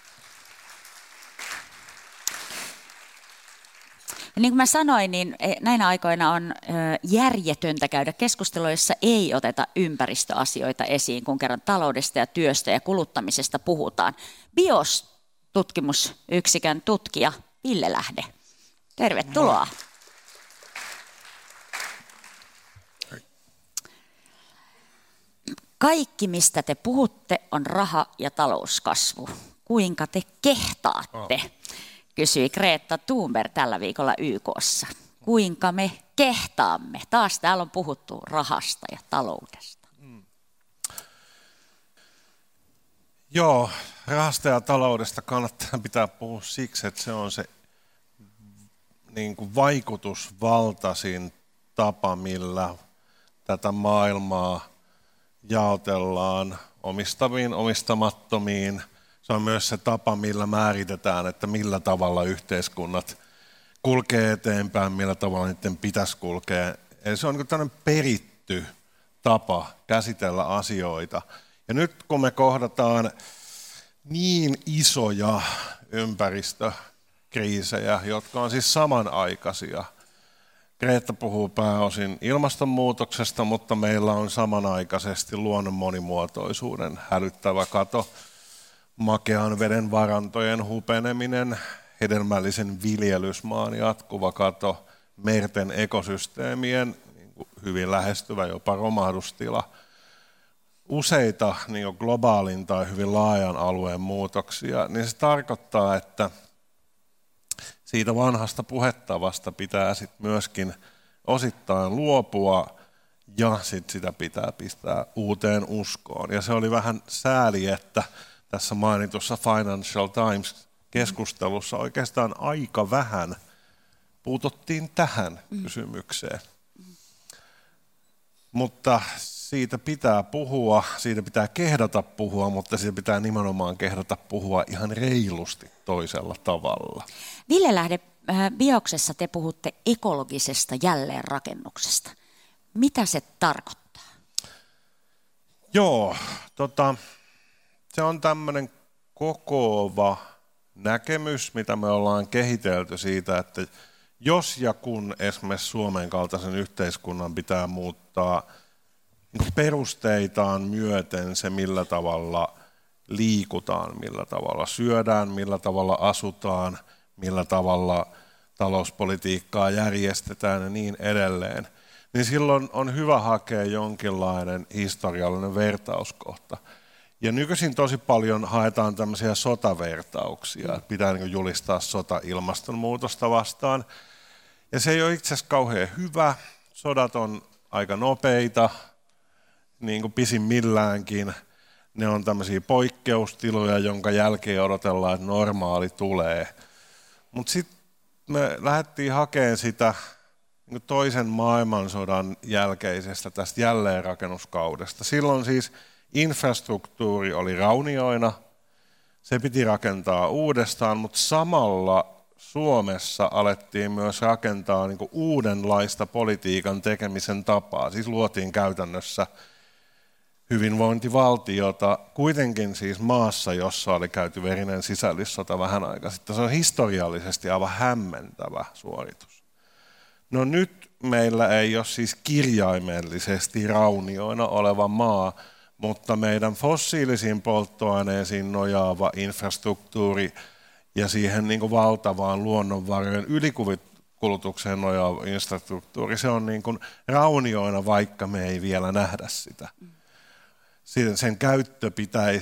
Speaker 2: Ja niin kuin mä sanoin, niin näinä aikoina on järjetöntä käydä keskustelua, jossa ei oteta ympäristöasioita esiin, kun kerran taloudesta ja työstä ja kuluttamisesta puhutaan. BIOS-tutkimusyksikön tutkija Ville Lähde, tervetuloa. Kaikki, mistä te puhutte, on raha- ja talouskasvu. Kuinka te kehtaatte? Kysyi Greta Thunberg tällä viikolla YK:ssa. Kuinka me kehtaamme? Taas täällä on puhuttu rahasta ja taloudesta.
Speaker 5: Joo, rahasta ja taloudesta kannattaa pitää puhua siksi, että se on se niin kuin vaikutusvaltaisin tapa, millä tätä maailmaa jaotellaan omistaviin, omistamattomiin. Se on myös se tapa, millä määritetään, että millä tavalla yhteiskunnat kulkee eteenpäin, millä tavalla niiden pitäisi kulkea. Eli se on niin tämmöinen peritty tapa käsitellä asioita. Ja nyt kun me kohdataan niin isoja ympäristökriisejä, jotka on siis samanaikaisia. Greta puhuu pääosin ilmastonmuutoksesta, mutta meillä on samanaikaisesti luonnon monimuotoisuuden hälyttävä kato, makean veden varantojen hupeneminen, hedelmällisen viljelysmaan jatkuva kato, merten ekosysteemien hyvin lähestyvä jopa romahdustila, useita niin globaalin tai hyvin laajan alueen muutoksia, niin se tarkoittaa, että siitä vanhasta puhetavasta pitää sit myöskin osittain luopua ja sit sitä pitää pistää uuteen uskoon. Ja se oli vähän sääli, että tässä mainitussa Financial Times-keskustelussa oikeastaan aika vähän puututtiin tähän kysymykseen. Mutta siitä pitää puhua, siitä pitää kehdata puhua, mutta siitä pitää nimenomaan kehdata puhua ihan reilusti toisella tavalla.
Speaker 2: Ville Lähde, Bioksessa te puhutte ekologisesta jälleenrakennuksesta. Mitä se tarkoittaa?
Speaker 5: Joo, se on tämmöinen kokoava näkemys, mitä me ollaan kehitelty siitä, että jos ja kun esimerkiksi Suomen kaltaisen yhteiskunnan pitää muuttaa perusteitaan myöten se, millä tavalla liikutaan, millä tavalla syödään, millä tavalla asutaan, millä tavalla talouspolitiikkaa järjestetään ja niin edelleen, niin silloin on hyvä hakea jonkinlainen historiallinen vertauskohta. Ja nykyisin tosi paljon haetaan tämmöisiä sotavertauksia, että pitää niin julistaa sota ilmastonmuutosta vastaan. Ja se ei ole itse asiassa kauhean hyvä. Sodat on aika nopeita, niin kuin pisimmilläänkin. Ne on tämmöisiä poikkeustiloja, jonka jälkeen odotellaan, että normaali tulee. Mutta sitten me lähdettiin hakemaan sitä niin toisen maailmansodan jälkeisestä tästä jälleenrakennuskaudesta. Silloin siis infrastruktuuri oli raunioina, se piti rakentaa uudestaan, mutta samalla Suomessa alettiin myös rakentaa niin kuin uudenlaista politiikan tekemisen tapaa. Siis luotiin käytännössä hyvinvointivaltiota, kuitenkin siis maassa, jossa oli käyty verinen sisällissota vähän aikaa sitten. Se on historiallisesti aivan hämmentävä suoritus. No nyt meillä ei ole siis kirjaimellisesti raunioina oleva maa, mutta meidän fossiilisiin polttoaineisiin nojaava infrastruktuuri ja siihen niin kuin valtavaan luonnonvarojen ylikulutukseen nojaava infrastruktuuri, se on niin kuin raunioina, vaikka me ei vielä nähdä sitä. Sen käyttö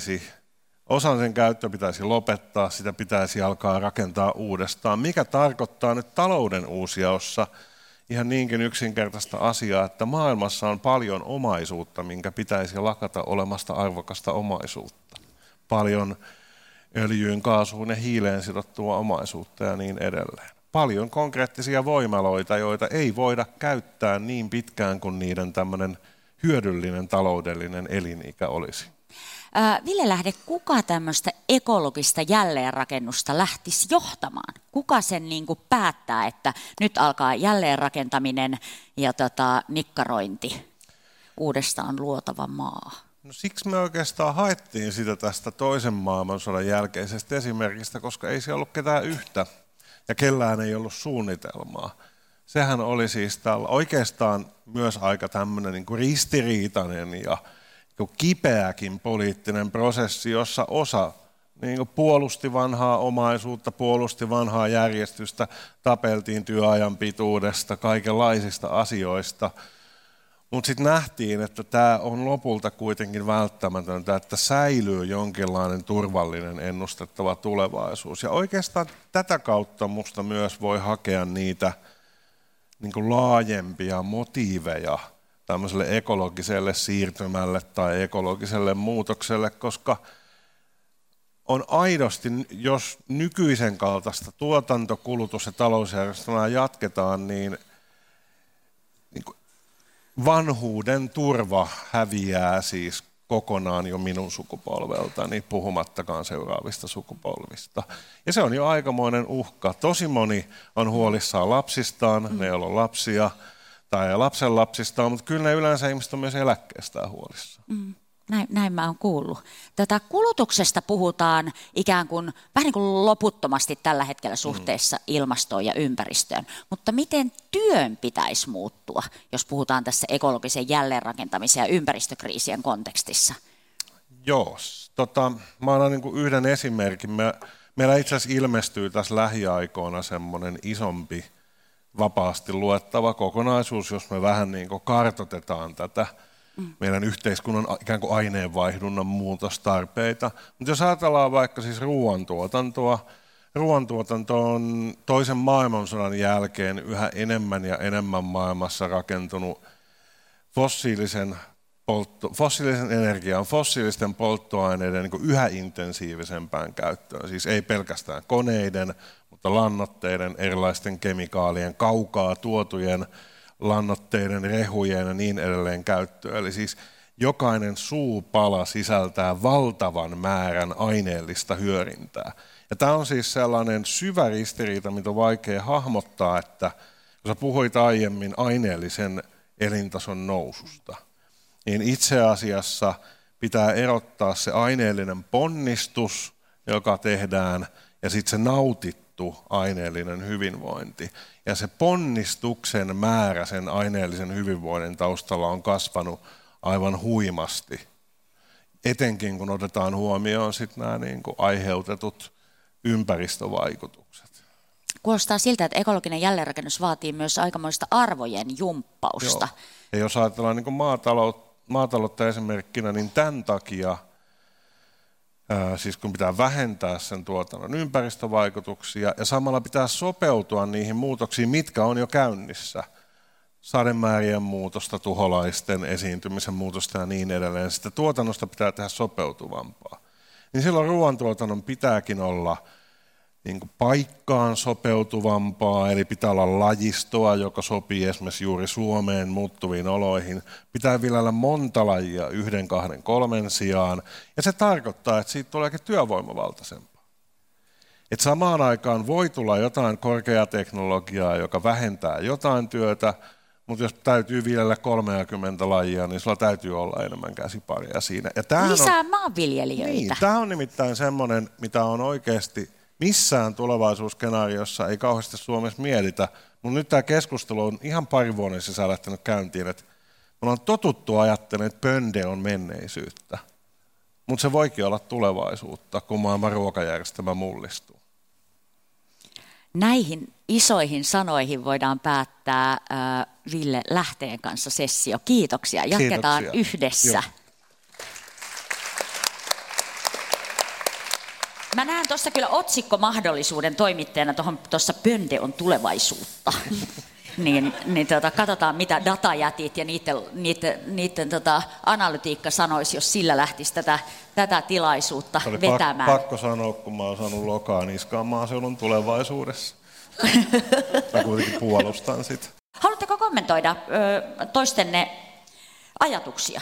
Speaker 5: osan sen käyttö pitäisi lopettaa, sitä pitäisi alkaa rakentaa uudestaan, mikä tarkoittaa nyt talouden uusjaossa ihan niinkin yksinkertaista asiaa, että maailmassa on paljon omaisuutta, minkä pitäisi lakata olemasta arvokasta omaisuutta. Paljon öljyyn, kaasuun ja hiileen sidottua omaisuutta ja niin edelleen. paljon konkreettisia voimaloita, joita ei voida käyttää niin pitkään kuin niiden tämmöinen hyödyllinen taloudellinen elinikä olisi.
Speaker 2: Ville Lähde, kuka tämmöistä ekologista jälleenrakennusta lähtisi johtamaan? Kuka sen niin kuin päättää, että nyt alkaa jälleenrakentaminen ja nikkarointi, uudestaan luotava maa?
Speaker 5: No siksi me oikeastaan haettiin sitä tästä toisen maailmansodan jälkeisestä esimerkistä, koska ei siellä ollut ketään yhtä ja kellään ei ollut suunnitelmaa. Sehän oli siis oikeastaan myös aika tämmöinen niin kuin ristiriitainen ja kipeäkin poliittinen prosessi, jossa osa niin puolusti vanhaa omaisuutta, puolusti vanhaa järjestystä, tapeltiin työajan pituudesta, kaikenlaisista asioista. Mutta sitten nähtiin, että tämä on lopulta kuitenkin välttämätöntä, että säilyy jonkinlainen turvallinen ennustettava tulevaisuus. Ja oikeastaan tätä kautta musta myös voi hakea niitä niin laajempia motiiveja tämmöiselle ekologiselle siirtymälle tai ekologiselle muutokselle, koska on aidosti, jos nykyisen kaltaista tuotanto-, kulutus- ja talousjärjestelmää jatketaan, niin vanhuuden turva häviää siis kokonaan jo minun sukupolveltani, puhumattakaan seuraavista sukupolvista. Ja se on jo aikamoinen uhka. Tosi moni on huolissaan lapsistaan, ne ei ole lapsia, tai lapsenlapsistaan, mutta kyllä ne yleensä ihmiset on myös eläkkeestään huolissaan.
Speaker 2: Näin mä oon kuullut. Kulutuksesta puhutaan ikään kuin vähän niin kuin loputtomasti tällä hetkellä suhteessa ilmastoon ja ympäristöön. Mutta miten työn pitäisi muuttua, jos puhutaan tässä ekologisen jälleenrakentamisen ja ympäristökriisien kontekstissa?
Speaker 5: Joo, mä annan niin kuin yhden esimerkin. Meillä itse asiassa ilmestyy tässä lähiaikoina semmoinen isompi vapaasti luettava kokonaisuus, jos me vähän niin kuin kartoitetaan tätä meidän yhteiskunnan ikään kuin aineenvaihdunnan muutostarpeita. Mutta jos ajatellaan vaikka siis ruoantuotantoa, ruoantuotanto on toisen maailmansodan jälkeen yhä enemmän ja enemmän maailmassa rakentunut fossiilisen energian, fossiilisten polttoaineiden niin kuin yhä intensiivisempään käyttöön. Siis ei pelkästään koneiden, mutta lannoitteiden, erilaisten kemikaalien, kaukaa tuotujen lannoitteiden, rehujen ja niin edelleen käyttöön. Eli siis jokainen suupala sisältää valtavan määrän aineellista hyödintää. Ja tämä on siis sellainen syvä ristiriita, mitä on vaikea hahmottaa, että kun sä puhuit aiemmin aineellisen elintason noususta, niin itse asiassa pitää erottaa se aineellinen ponnistus, joka tehdään, ja sitten se nautittu aineellinen hyvinvointi. Ja se ponnistuksen määrä sen aineellisen hyvinvoinnin taustalla on kasvanut aivan huimasti. Etenkin kun otetaan huomioon sit nämä niin kuin aiheutetut ympäristövaikutukset.
Speaker 2: Kuulostaa siltä, että ekologinen jälleenrakennus vaatii myös aikamoista arvojen jumppausta.
Speaker 5: Joo. Ja jos ajatellaan niin kuin maataloutta esimerkkinä, niin tämän takia, siis kun pitää vähentää sen tuotannon ympäristövaikutuksia ja samalla pitää sopeutua niihin muutoksiin, mitkä on jo käynnissä, sademäärien muutosta, tuholaisten esiintymisen muutosta ja niin edelleen, sitä tuotannosta pitää tehdä sopeutuvampaa. Niin silloin ruoantuotannon pitääkin olla niin kuin paikkaan sopeutuvampaa, eli pitää olla lajistoa, joka sopii esimerkiksi juuri Suomeen muuttuviin oloihin. Pitää viljellä monta lajia 1, 2, 3 sijaan, ja se tarkoittaa, että siitä tuleekin työvoimavaltaisempaa. Et samaan aikaan voi tulla jotain korkeateknologiaa, joka vähentää jotain työtä, mutta jos täytyy viljellä 30 lajia, niin sulla täytyy olla enemmän käsipareja siinä. Ja
Speaker 2: lisää maanviljelijöitä.
Speaker 5: Niin, tämä on nimittäin semmoinen, mitä on oikeasti missään tulevaisuusskenaariossa ei kauheasti Suomessa mietitä, mutta nyt tämä keskustelu on ihan pari vuoden sisällä lähtenyt käyntiin, että me ollaan totuttu ajattelemaan, että pönde on menneisyyttä, mutta se voikin olla tulevaisuutta, kun maailman ruokajärjestelmä mullistuu.
Speaker 2: Näihin isoihin sanoihin voidaan päättää Ville Lähteen kanssa sessio. Kiitoksia. Jatketaan yhdessä. Joo. Mä näen tuossa kyllä otsikkomahdollisuuden toimittajana tuossa pönde on tulevaisuutta. Katsotaan mitä datajätit ja niiden analytiikka sanoisi, jos sillä lähtisi tätä tilaisuutta vetämään.
Speaker 5: Pakko sanoa, kun mä oon saanut lokaa niskaan maaseudun tulevaisuudessa. Mä kuitenkin puolustan sitä.
Speaker 2: Haluatteko kommentoida toistenne ajatuksia?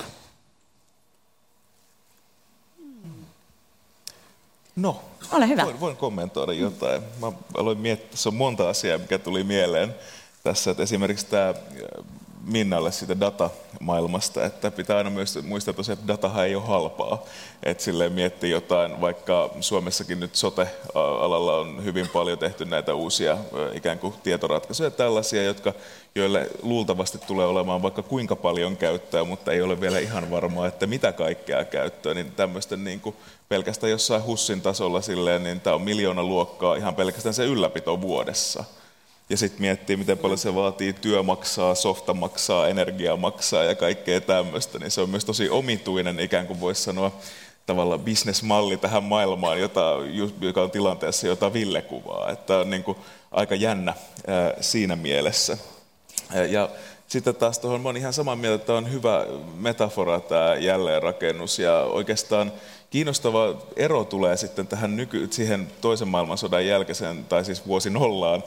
Speaker 3: No,
Speaker 2: Ole hyvä.
Speaker 3: Voin kommentoida jotain. Mä aloin miettiä, tässä on monta asiaa, mikä tuli mieleen tässä, että esimerkiksi tämä Minnalle siitä datamaailmasta, että pitää aina myös muistaa tosiaan, että datahan ei ole halpaa. Että silleen miettii jotain, vaikka Suomessakin nyt sote-alalla on hyvin paljon tehty näitä uusia ikään kuin tietoratkaisuja, tällaisia, joille luultavasti tulee olemaan vaikka kuinka paljon käyttöä, mutta ei ole vielä ihan varmaa, että mitä kaikkea käyttöä, niin tämmöisten niin kuin pelkästään jossain HUSin tasolla silleen, niin tämä on 1 miljoona luokkaa ihan pelkästään se ylläpito vuodessa. Ja sitten miettii, miten paljon se vaatii työ maksaa, softa maksaa, energia maksaa ja kaikkea tämmöistä, niin se on myös tosi omituinen, ikään kuin voisi sanoa, tavallaan bisnesmalli tähän maailmaan, joka on tilanteessa, jota Ville kuvaa. Että on niin kuin aika jännä siinä mielessä. Ja sitten taas tuohon mä olen ihan samaa mieltä, että on hyvä metafora tämä jälleenrakennus ja oikeastaan kiinnostava ero tulee sitten tähän siihen toisen maailmansodan jälkeiseen, tai siis vuosi nollaan.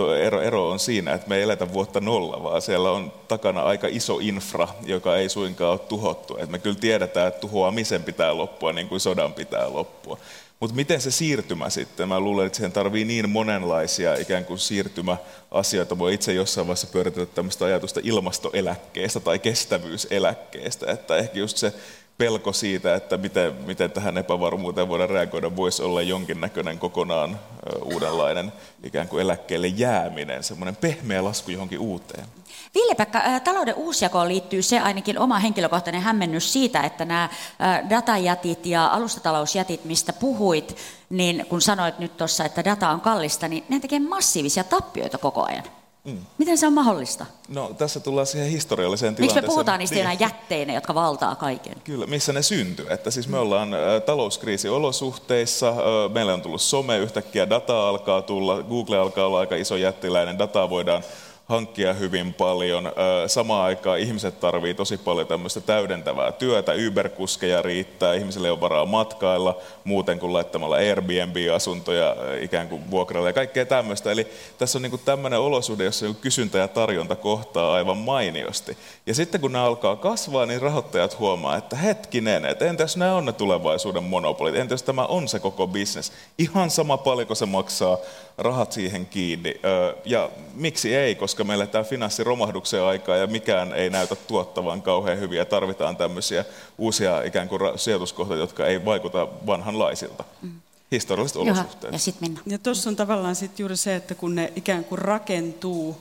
Speaker 3: Ero on siinä, että me ei eletä vuotta 0, vaan siellä on takana aika iso infra, joka ei suinkaan ole tuhottu. Et me kyllä tiedetään, että tuhoamisen pitää loppua niin kuin sodan pitää loppua. Mutta miten se siirtymä sitten? Mä luulen, että siihen tarvii niin monenlaisia ikään kuin siirtymäasioita. Voi itse jossain vaiheessa pyöritellä tämmöistä ajatusta ilmastoeläkkeestä tai kestävyyseläkkeestä, että ehkä just se pelko siitä, että miten tähän epävarmuuteen voidaan reagoida, voisi olla jonkinnäköinen kokonaan uudenlainen ikään kuin eläkkeelle jääminen, semmoinen pehmeä lasku johonkin uuteen.
Speaker 2: Ville-Pekka, talouden uusjakoon liittyy se ainakin oma henkilökohtainen hämmennys siitä, että nämä datajätit ja alustatalousjätit, mistä puhuit, niin kun sanoit nyt tuossa, että data on kallista, niin ne tekee massiivisia tappioita koko ajan. Miten se on mahdollista?
Speaker 3: No tässä tullaan siihen historialliseen
Speaker 2: tilanteeseen. Miksi me puhutaan niistä
Speaker 3: niin.
Speaker 2: enää jätteinä, jotka valtaa kaiken?
Speaker 3: Kyllä, missä ne syntyy. Että siis me ollaan talouskriisiolosuhteissa, meillä on tullut some, yhtäkkiä data alkaa tulla, Google alkaa olla aika iso jättiläinen, dataa voidaan hankkia hyvin paljon. Samaan aikaan ihmiset tarvitsevat tosi paljon tämmöistä täydentävää työtä, Uber-kuskeja riittää, ihmisille on varaa matkailla muuten kuin laittamalla Airbnb-asuntoja ikään kuin vuokralla ja kaikkea tämmöistä. Eli tässä on niin kuin tämmöinen olosuhde, jossa kysyntä ja tarjonta kohtaa aivan mainiosti. Ja sitten kun nämä alkaa kasvaa, niin rahoittajat huomaa, että hetkinen, että entäs nämä on ne tulevaisuuden monopolit, entäs tämä on se koko business. Ihan sama paljonko se maksaa, rahat siihen kiinni. Ja miksi ei, koska meillä tämä finanssiromahduksen aikaa ja mikään ei näytä tuottavan kauhean hyvin ja tarvitaan tämmöisiä uusia ikään kuin sijoituskohteita, jotka ei vaikuta vanhanlaisilta. Historialliset olosuhteet.
Speaker 2: Ja sitten Minna.
Speaker 4: Ja tuossa on tavallaan sitten juuri se, että kun ne ikään kuin rakentuu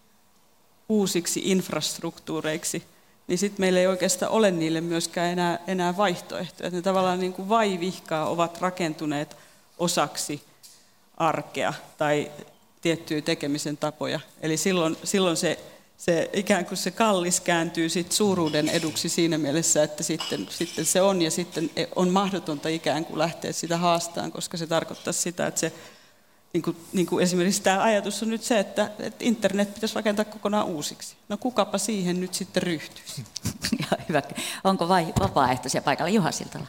Speaker 4: uusiksi infrastruktuureiksi, niin sitten meillä ei oikeastaan ole niille myöskään enää vaihtoehtoja. Ne tavallaan niin kuin vaivihkaa ovat rakentuneet osaksi arkea tai tiettyjä tekemisen tapoja. Eli silloin se ikään kuin se kallis kääntyy sit suuruuden eduksi siinä mielessä, että sitten se on ja sitten on mahdotonta ikään kuin lähteä sitä haastamaan, koska se tarkoittaa sitä, että se niin kuin esimerkiksi tämä ajatus on nyt se, että internet pitäisi rakentaa kokonaan uusiksi. No kukapa siihen nyt sitten ryhtyisi?
Speaker 2: Ja hyvä. Onko vapaaehtoisia paikalla? Juha Siltala.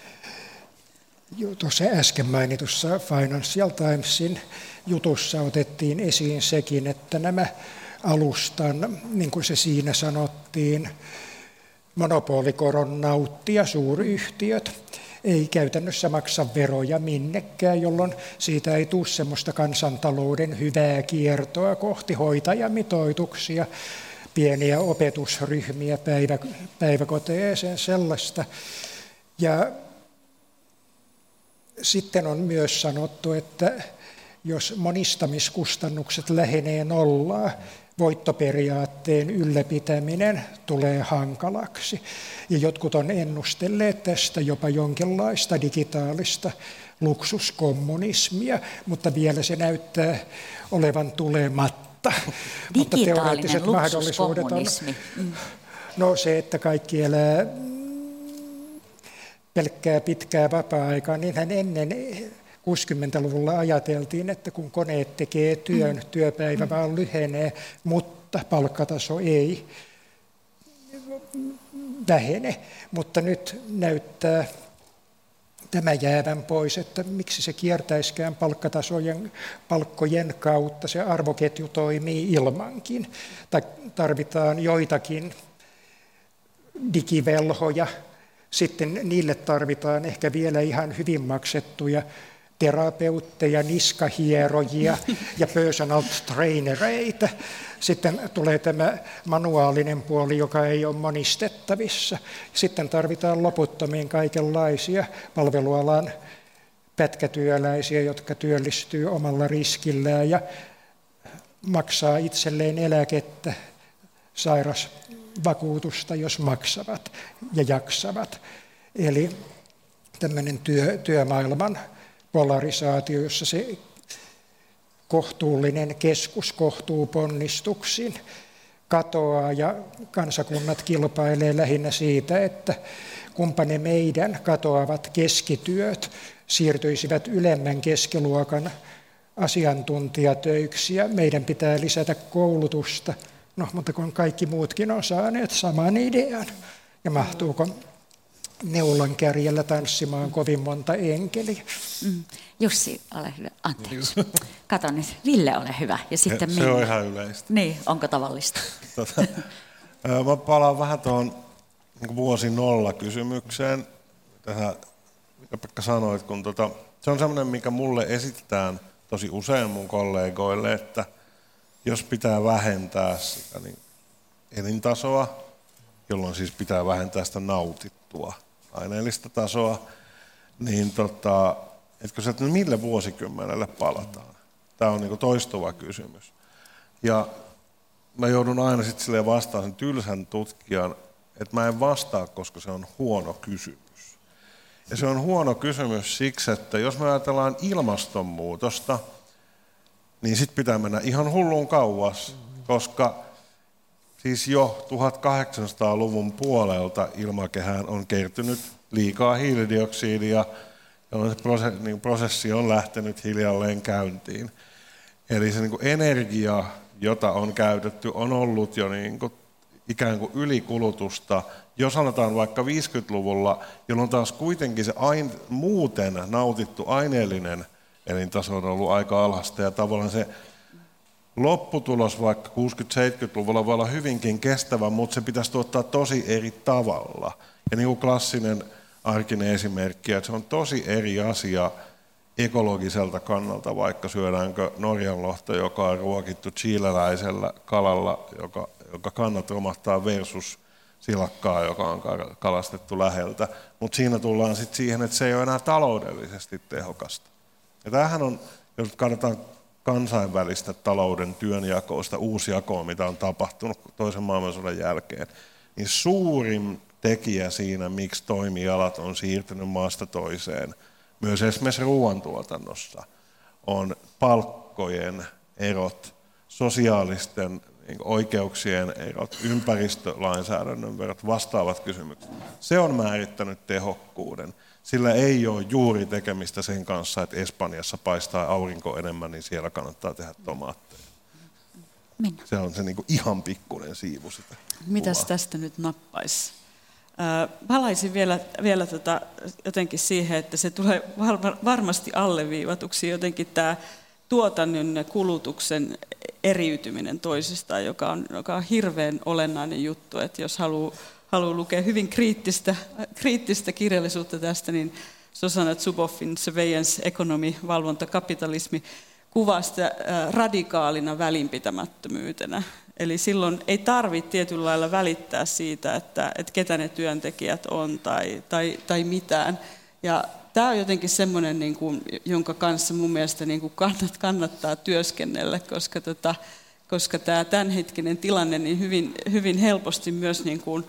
Speaker 1: Tuossa äsken mainitussa Financial Timesin jutussa otettiin esiin sekin, että nämä alustan, niin kuin se siinä sanottiin, monopolikoron nauttia suuryhtiöt ei käytännössä maksa veroja minnekään, jolloin siitä ei tule semmoista kansantalouden hyvää kiertoa kohti hoitajamitoituksia, pieniä opetusryhmiä, päiväkoteja ja sen sellaista. Ja sitten on myös sanottu, että jos monistamiskustannukset lähenee nollaa, voittoperiaatteen ylläpitäminen tulee hankalaksi. Ja jotkut on ennustelleet tästä jopa jonkinlaista digitaalista luksuskommunismia, mutta vielä se näyttää olevan tulematta. Mutta teoreettiset mahdollisuudet on no se, että kaikki elää pelkkää pitkää vapaa-aikaa, niinhän ennen 60-luvulla ajateltiin, että kun koneet tekee työn, työpäivä vaan lyhenee, mutta palkkataso ei vähene. Mutta nyt näyttää tämä jäävän pois, että miksi se kiertäiskään palkkojen kautta, se arvoketju toimii ilmankin. Tai tarvitaan joitakin digivelhoja, sitten niille tarvitaan ehkä vielä ihan hyvin maksettuja terapeutteja, niskahierojia ja personal trainereita. Sitten tulee tämä manuaalinen puoli, joka ei ole monistettavissa. Sitten tarvitaan loputtomiin kaikenlaisia palvelualan pätkätyöläisiä, jotka työllistyy omalla riskillään ja maksaa itselleen eläkettä, sairasvakuutusta, jos maksavat ja jaksavat. Eli tämmöinen työmaailman polarisaatio, jossa se kohtuullinen keskus kohtuuponnistuksin katoaa ja kansakunnat kilpailee lähinnä siitä, että kumpa ne meidän katoavat keskityöt siirtyisivät ylemmän keskiluokan asiantuntijatöiksi ja meidän pitää lisätä koulutusta. No, mutta kun kaikki muutkin on saaneet saman idean ja mahtuuko neulan kärjellä tanssimaan kovin monta enkeliä.
Speaker 2: Jussi, ole hyvä. Anteeksi. Kato nyt, Ville, ole hyvä. Ja sitten
Speaker 5: se on ihan yleistä.
Speaker 2: Niin, onko tavallista?
Speaker 5: Mä palaan vähän tuohon vuosi nolla kysymykseen. Tähän, mitä Pekka sanoit, kun se on semmoinen, mikä mulle esitetään tosi usein mun kollegoille, että jos pitää vähentää sitä niin elintasoa, jolloin siis pitää vähentää sitä nautittua aineellista tasoa, niin etkö sä, että mille vuosikymmenelle palataan? Tämä on niin toistuva kysymys. Ja mä joudun aina sitten silleen vastaan sen tylsän tutkijan, että mä en vastaa, koska se on huono kysymys. Ja se on huono kysymys siksi, että jos me ajatellaan ilmastonmuutosta, niin sitten pitää mennä ihan hullun kauas, koska siis jo 1800-luvun puolelta ilmakehään on kertynyt liikaa hiilidioksidia, jolloin se prosessi on lähtenyt hiljalleen käyntiin. Eli se energia, jota on käytetty, on ollut jo ikään kuin ylikulutusta, jos sanotaan vaikka 50-luvulla, jolloin taas kuitenkin se muuten nautittu aineellinen elintaso on ollut aika alhaista ja tavallaan se lopputulos vaikka 60-70-luvulla voi olla hyvinkin kestävä, mutta se pitäisi tuottaa tosi eri tavalla. Ja niin kuin klassinen arkinen esimerkki, että se on tosi eri asia ekologiselta kannalta, vaikka syödäänkö norjanlohta, joka on ruokittu chileläisellä kalalla, joka kannat romahtaa versus silakkaa, joka on kalastettu läheltä. Mutta siinä tullaan sitten siihen, että se ei ole enää taloudellisesti tehokasta. Ja tämähän on, jos katsotaan kansainvälistä talouden työnjakousta, uusjakoa, mitä on tapahtunut toisen maailmansodan jälkeen, niin suurin tekijä siinä, miksi toimialat on siirtynyt maasta toiseen, myös esimerkiksi ruoantuotannossa, on palkkojen erot, sosiaalisten oikeuksien erot, ympäristölainsäädännön erot, vastaavat kysymykset. Se on määrittänyt tehokkuuden. Sillä ei ole juuri tekemistä sen kanssa, että Espanjassa paistaa aurinko enemmän, niin siellä kannattaa tehdä tomaatteja.
Speaker 2: Minna.
Speaker 5: Se on se ihan pikkuinen siivu sitä.
Speaker 4: Mitäs tästä nyt nappaisi? Palaisin vielä jotenkin siihen, että se tulee varmasti alleviivatuksi jotenkin tämä tuotannon ja kulutuksen eriytyminen toisistaan, joka on hirveän olennainen juttu, että jos haluaa lukea hyvin kriittistä kirjallisuutta tästä, niin Zsuzsanna Zuboffin Surveillance Economy, valvontakapitalismi, kuvaa sitä radikaalina välinpitämättömyytenä. Eli silloin ei tarvitse tietyllä lailla välittää siitä, että ketä ne työntekijät on tai mitään. Ja tämä on jotenkin semmoinen, niin kuin, jonka kanssa mun mielestä niin kuin kannattaa työskennellä, koska tämä tämänhetkinen tilanne niin hyvin helposti myös niin kuin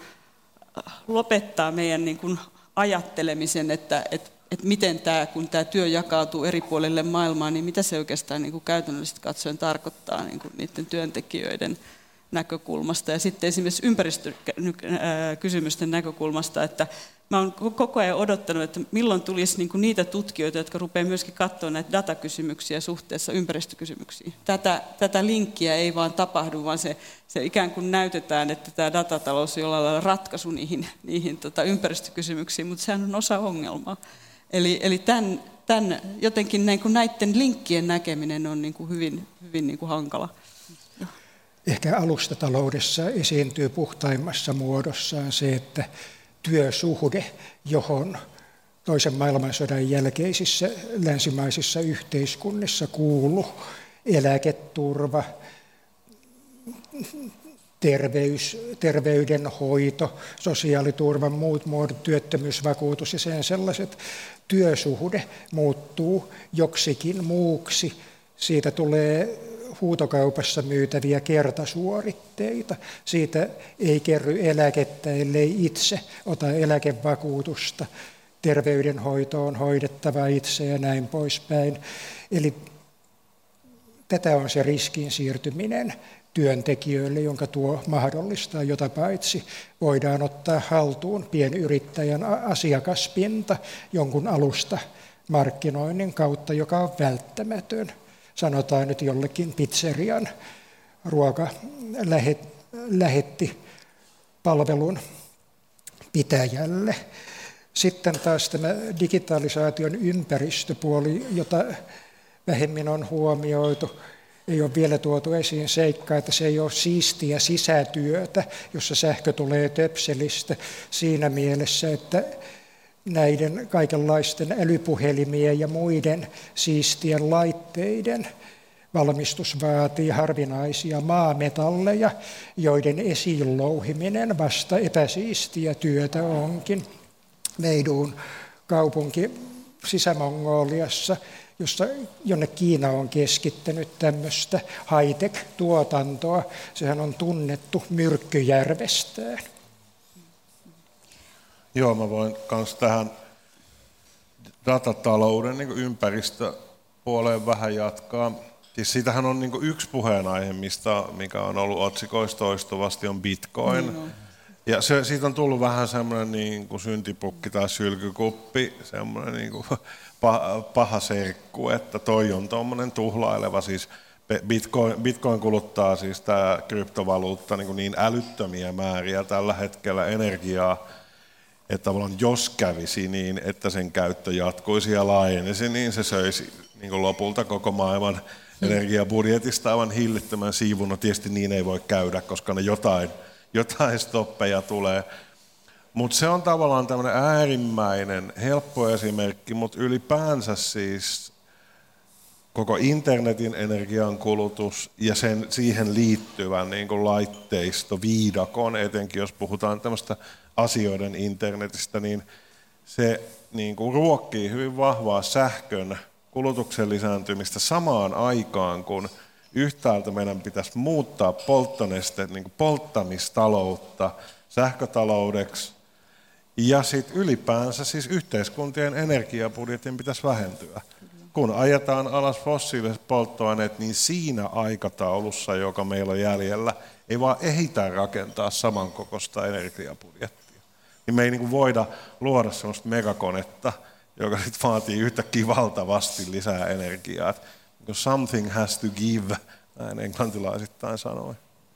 Speaker 4: lopettaa meidän niin kuin ajattelemisen, että miten kun tämä työ jakautuu eri puolille maailmaa, niin mitä se oikeastaan niin kuin käytännöllisesti katsoen tarkoittaa niin kuin niiden työntekijöiden näkökulmasta. Ja sitten esimerkiksi ympäristökysymysten näkökulmasta, että mä oon koko ajan odottanut, että milloin tulisi niin kuin niitä tutkijoita, jotka rupeaa myöskin katsoa näitä datakysymyksiä suhteessa ympäristökysymyksiin. Tätä linkkiä ei vaan tapahdu, vaan se ikään kuin näytetään, että tämä datatalous on jollain lailla ratkaisu niihin ympäristökysymyksiin, mutta sehän on osa ongelmaa. Eli tämän jotenkin näiden linkkien näkeminen on niin kuin hyvin niin kuin hankala.
Speaker 1: Ehkä alustataloudessa esiintyy puhtaimmassa muodossaan se, että työsuhde, johon toisen maailmansodan jälkeisissä länsimaisissa yhteiskunnissa kuului eläketurva, terveydenhoito, sosiaaliturvan muut muodot, työttömyysvakuutus ja sen sellaiset, työsuhde muuttuu joksikin muuksi. Siitä tulee huutokaupassa myytäviä kertasuoritteita. Siitä ei kerry eläkettä, ellei itse ota eläkevakuutusta. Terveydenhoito on hoidettava itse ja näin poispäin. Eli tätä on se riskin siirtyminen työntekijöille, jonka tuo mahdollistaa, jota paitsi voidaan ottaa haltuun pienyrittäjän asiakaspinta jonkun alusta markkinoinnin kautta, joka on välttämätön. Sanotaan nyt jollekin pizzerian ruokalähettipalvelun pitäjälle. Sitten taas tämä digitalisaation ympäristöpuoli, jota vähemmin on huomioitu, ei ole vielä tuotu esiin seikkaa, että se ei ole siistiä sisätyötä, jossa sähkö tulee töpselistä siinä mielessä, että näiden kaikenlaisten älypuhelimien ja muiden siistien laitteiden valmistus vaatii harvinaisia maametalleja, joiden esiin louhiminen vasta epäsiistiä työtä onkin. Meidun kaupunki Sisä-Mongoliassa, jonne Kiina on keskittänyt tämmöistä high-tech-tuotantoa. Sehän on tunnettu myrkkyjärvestään.
Speaker 5: Joo, mä voin myös tähän datatalouden niin ympäristöpuoleen vähän jatkaa. Siis siitähän on niin yksi puheenaihe, mikä on ollut otsikoissa toistuvasti, on Bitcoin. Ja siitä on tullut vähän semmoinen niin kuin syntipukki tai sylkykuppi, semmoinen niin kuin paha serkku, että toi on tuommoinen tuhlaileva. Siis Bitcoin kuluttaa siis tämä kryptovaluutta niin älyttömiä määriä tällä hetkellä energiaa, että tavallaan jos kävisi niin, että sen käyttö jatkuisi ja laajenisi, niin se söisi niin kuin lopulta koko maailman energiabudjetista aivan hillittömän siivun. No tietysti niin ei voi käydä, koska ne jotain stoppeja tulee. Mutta se on tavallaan tämmöinen äärimmäinen helppo esimerkki, mutta ylipäänsä siis koko internetin energiankulutus ja siihen liittyvän niin kuin laitteistoviidakon, etenkin jos puhutaan tämmöistä asioiden internetistä, niin se niin kuin ruokkii hyvin vahvaa sähkön kulutuksen lisääntymistä samaan aikaan, kun yhtäältä meidän pitäisi muuttaa niin kuin polttamistaloutta sähkötaloudeksi, ja sitten ylipäänsä siis yhteiskuntien energiabudjetin pitäisi vähentyä. Kun ajetaan alas fossiiliset polttoaineet, niin siinä aikataulussa, joka meillä on jäljellä, ei vaan ehditä rakentaa samankokoista energiabudjettia. Niin me ei niin kuin voida luoda sellaista megakonetta, joka sitten vaatii yhtäkkiä valtavasti lisää energiaa. Something has to give, näin englantilaisittain sanoi.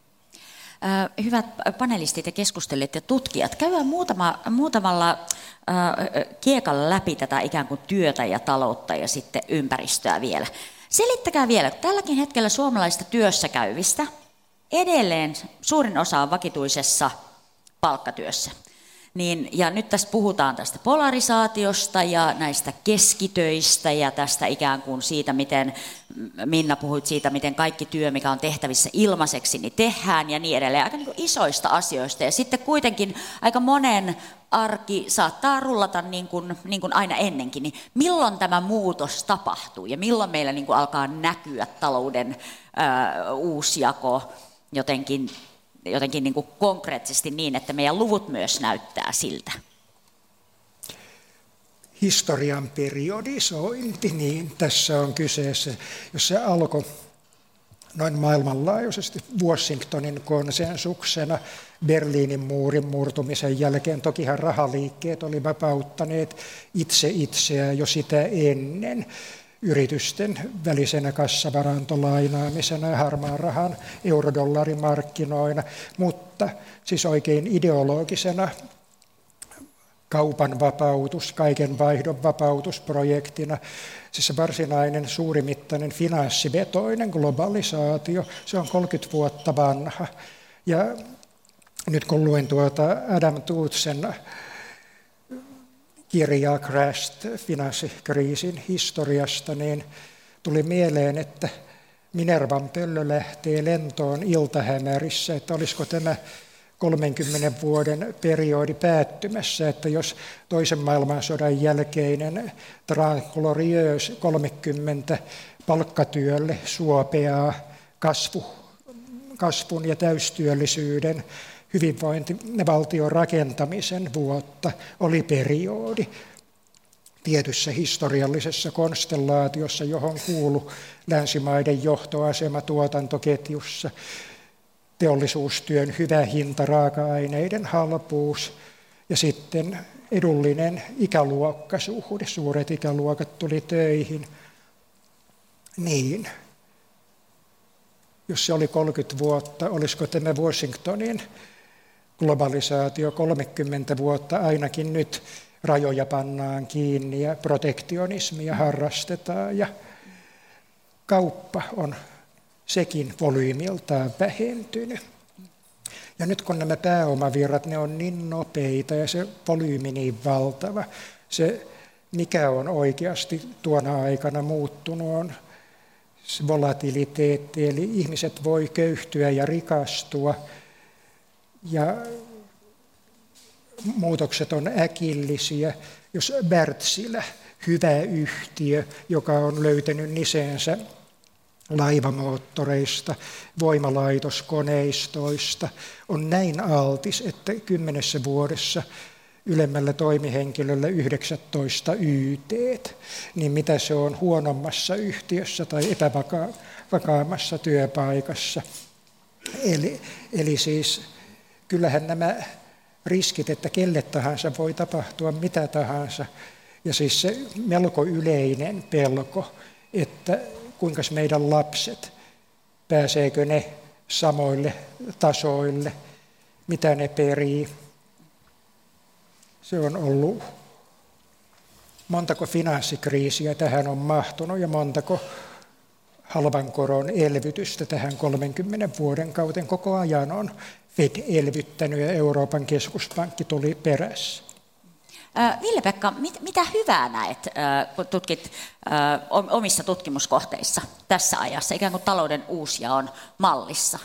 Speaker 2: Hyvät panelistit ja keskustelijat ja tutkijat, käydään muutamalla kiekalla läpi tätä ikään kuin työtä ja taloutta ja sitten ympäristöä vielä. Selittäkää vielä, että tälläkin hetkellä suomalaisista työssä käyvistä edelleen suurin osa on vakituisessa palkkatyössä. Ja nyt tässä puhutaan tästä polarisaatiosta ja näistä keskitöistä ja tästä ikään kuin siitä, miten Minna puhuit siitä, miten kaikki työ, mikä on tehtävissä ilmaiseksi, niin tehdään ja niin edelleen. Aika niin kuin isoista asioista ja sitten kuitenkin aika monen arki saattaa rullata niin kuin aina ennenkin. Niin milloin tämä muutos tapahtuu ja milloin meillä niin kuin alkaa näkyä talouden uusjako jotenkin niin kuin konkreettisesti niin, että meidän luvut myös näyttää siltä?
Speaker 1: Historian periodisointi, niin tässä on kyseessä, jos se alkoi noin maailmanlaajuisesti Washingtonin konsensuksena Berliinin muurin murtumisen jälkeen. Tokihan rahaliikkeet oli vapauttaneet itse itseään jo sitä ennen yritysten välisenä kassavarantolainaamisena ja harmaan rahan eurodollarimarkkinoina, mutta siis oikein ideologisena kaupan vapautus, kaiken vaihdon vapautusprojektina. Siis se varsinainen suurimittainen finanssivetoinen globalisaatio, se on 30 vuotta vanha. Ja nyt kun luin Adam Toothsen kirjaa Crashed finanssikriisin historiasta, niin tuli mieleen, että Minervan pöllö lähtee lentoon iltahämärissä, että olisiko tämä 30 vuoden periodi päättymässä, että jos toisen maailmansodan jälkeinen transglorieus 30 palkkatyölle suopeaa kasvun ja täystyöllisyyden hyvinvointivaltion rakentamisen vuotta oli periodi tietyssä historiallisessa konstellaatiossa, johon kuului länsimaiden johtoasema tuotantoketjussa, teollisuustyön hyvä hinta, raaka-aineiden halpuus ja sitten edullinen ikäluokkasuhde. Suuret ikäluokat tuli töihin. Niin, jos se oli 30 vuotta, olisiko tämä Washingtonin globalisaatio 30 vuotta ainakin nyt rajoja pannaan kiinni ja protektionismia harrastetaan ja kauppa on sekin volyymiltaan vähentynyt. Ja nyt kun nämä pääomavirrat, ne on niin nopeita ja se volyymi niin valtava, se mikä on oikeasti tuona aikana muuttunut on se volatiliteetti, eli ihmiset voi köyhtyä ja rikastua ja muutokset on äkillisiä. Jos Wärtsilä, hyvä yhtiö, joka on löytänyt niseensä laivamoottoreista, voimalaitoskoneistoista, on näin altis, että 10 vuodessa ylemmällä toimihenkilöllä 19 YT, niin mitä se on huonommassa yhtiössä tai epävakaammassa työpaikassa. Eli siis kyllähän nämä riskit, että kelle tahansa voi tapahtua mitä tahansa, ja siis se melko yleinen pelko, että kuinka meidän lapset, pääseekö ne samoille tasoille, mitä ne perii. Se on ollut, montako finanssikriisiä tähän on mahtunut ja montako halvan koron elvytystä tähän 30 vuoden kauteen. Koko ajan on Fed elvyttänyt ja Euroopan keskuspankki tuli perässä.
Speaker 2: Ville-Pekka, mitä hyvää näet, kun tutkit omissa tutkimuskohteissa tässä ajassa, ikään kuin talouden uusjaon mallissa?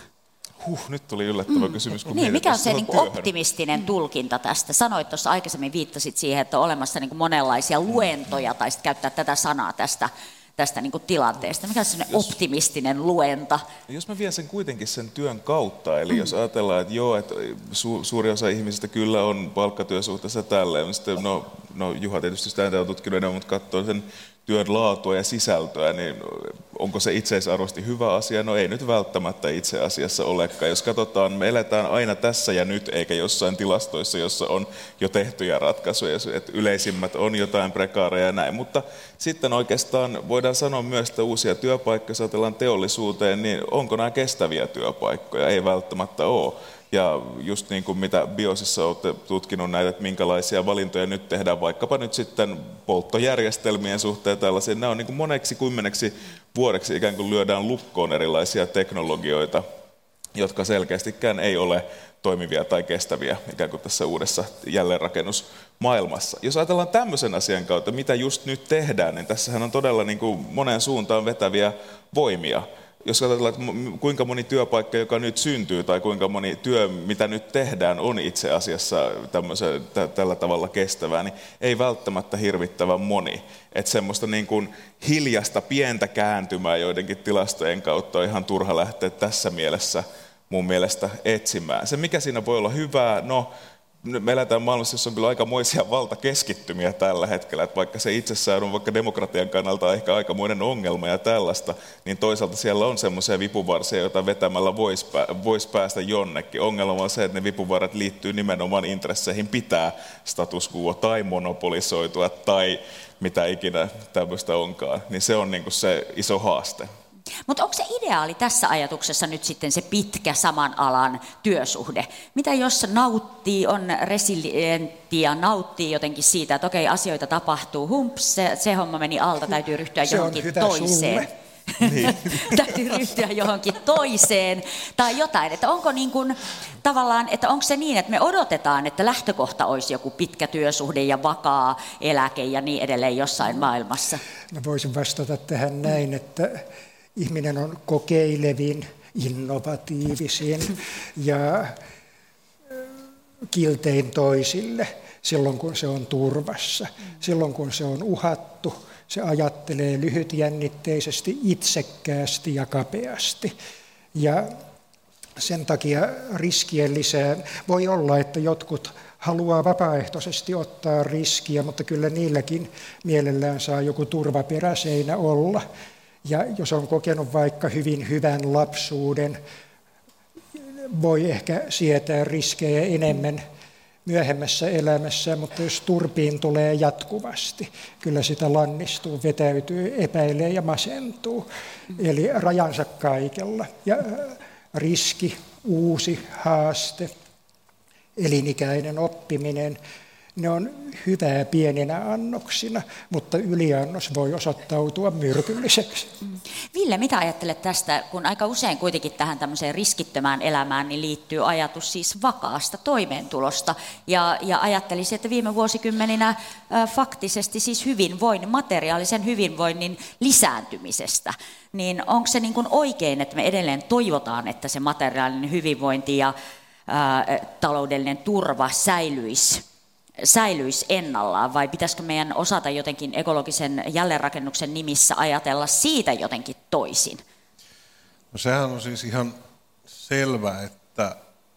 Speaker 3: Nyt tuli yllättävä kysymys.
Speaker 2: Niin, mikä on se niin kuin optimistinen tulkinta tästä? Sanoit tuossa aikaisemmin, viittasit siihen, että on olemassa niin kuin monenlaisia luentoja, tai sitten käyttää tätä sanaa tästä niin kuin tilanteesta. Mikä on se optimistinen luenta?
Speaker 3: Jos mä vien sen kuitenkin sen työn kautta, eli jos ajatellaan, että joo, että suuri osa ihmisistä kyllä on palkkatyösuhteessa tälleen, sitten, no Juha tietysti sitä on tutkinut enemmän, mutta katsoo sen työn laatua ja sisältöä, niin onko se itseisarvoisesti hyvä asia? No ei nyt välttämättä itse asiassa olekaan. Jos katsotaan, me eletään aina tässä ja nyt, eikä jossain tilastoissa, jossa on jo tehtyjä ratkaisuja, että yleisimmät on jotain prekaareja ja näin. Mutta sitten oikeastaan voidaan sanoa myös, että uusia työpaikkoja, jos ajatellaan teollisuuteen, niin onko nämä kestäviä työpaikkoja? Ei välttämättä ole. Ja just niin kuin mitä Biosissa olette tutkinut näitä, että minkälaisia valintoja nyt tehdään, vaikkapa nyt sitten polttojärjestelmien suhteen tällaisia, nämä on niin kuin moneksi 10 vuodeksi ikään kuin lyödään lukkoon erilaisia teknologioita, jotka selkeästikään ei ole toimivia tai kestäviä ikään kuin tässä uudessa jälleenrakennusmaailmassa. Jos ajatellaan tämmöisen asian kautta, mitä just nyt tehdään, niin tässähän on todella niin kuin moneen suuntaan vetäviä voimia. Jos ajatellaan, että kuinka moni työpaikka, joka nyt syntyy, tai kuinka moni työ, mitä nyt tehdään, on itse asiassa tällä tavalla kestävää, niin ei välttämättä hirvittävän moni. Että semmoista niin kuin hiljasta pientä kääntymää joidenkin tilastojen kautta on ihan turha lähteä tässä mielessä mun mielestä etsimään. Se, mikä siinä voi olla hyvää, no me eletään maailmassa, jossa on kyllä aikamoisia valtakeskittymiä tällä hetkellä, että vaikka se itsessään on vaikka demokratian kannalta ehkä aikamoinen ongelma ja tällaista, niin toisaalta siellä on semmoisia vipuvarsia, joita vetämällä voisi päästä jonnekin. Ongelma on se, että ne vipuvarret liittyy nimenomaan intresseihin pitää status quo tai monopolisoitua tai mitä ikinä tämmöistä onkaan, niin se on niin kuin se iso haaste.
Speaker 2: Mutta onko se ideaali tässä ajatuksessa nyt sitten se pitkä saman alan työsuhde? Mitä jos nauttii, on resilientti ja nauttii jotenkin siitä, että okei, asioita tapahtuu, humps, se homma meni alta, täytyy ryhtyä johonkin toiseen. Niin. Täytyy ryhtyä johonkin toiseen tai jotain. Että onko niin kuin, tavallaan, että onko se niin, että me odotetaan, että lähtökohta olisi joku pitkä työsuhde ja vakaa eläke ja niin edelleen jossain maailmassa?
Speaker 1: Mä voisin vastata tähän näin, että ihminen on kokeilevin, innovatiivisin ja kiltein toisille silloin, kun se on turvassa, silloin, kun se on uhattu. Se ajattelee lyhytjännitteisesti, itsekkäästi ja kapeasti. Ja sen takia riskien lisään voi olla, että jotkut haluaa vapaaehtoisesti ottaa riskiä, mutta kyllä niilläkin mielellään saa joku turvaperäseinä olla. Ja jos on kokenut vaikka hyvin hyvän lapsuuden, voi ehkä sietää riskejä enemmän myöhemmässä elämässä, mutta jos turpiin tulee jatkuvasti, kyllä sitä lannistuu, vetäytyy, epäilee ja masentuu. Eli rajansa kaikella. Ja riski, uusi haaste, elinikäinen oppiminen, ne on hyvää pieninä annoksina, mutta yliannos voi osoittautua myrkylliseksi.
Speaker 2: Ville, mitä ajattelet tästä, kun aika usein kuitenkin tähän tämmöiseen riskittömään elämään niin liittyy ajatus siis vakaasta toimeentulosta. Ja ajattelisin, että viime vuosikymmeninä faktisesti siis hyvinvoinnin, materiaalisen hyvinvoinnin lisääntymisestä. Niin onko se niin kuin oikein, että me edelleen toivotaan, että se materiaalinen hyvinvointi ja taloudellinen turva säilyisi ennallaan, vai pitäisikö meidän osata jotenkin ekologisen jälleenrakennuksen nimissä ajatella siitä jotenkin toisin?
Speaker 5: No sehän on siis ihan selvä, että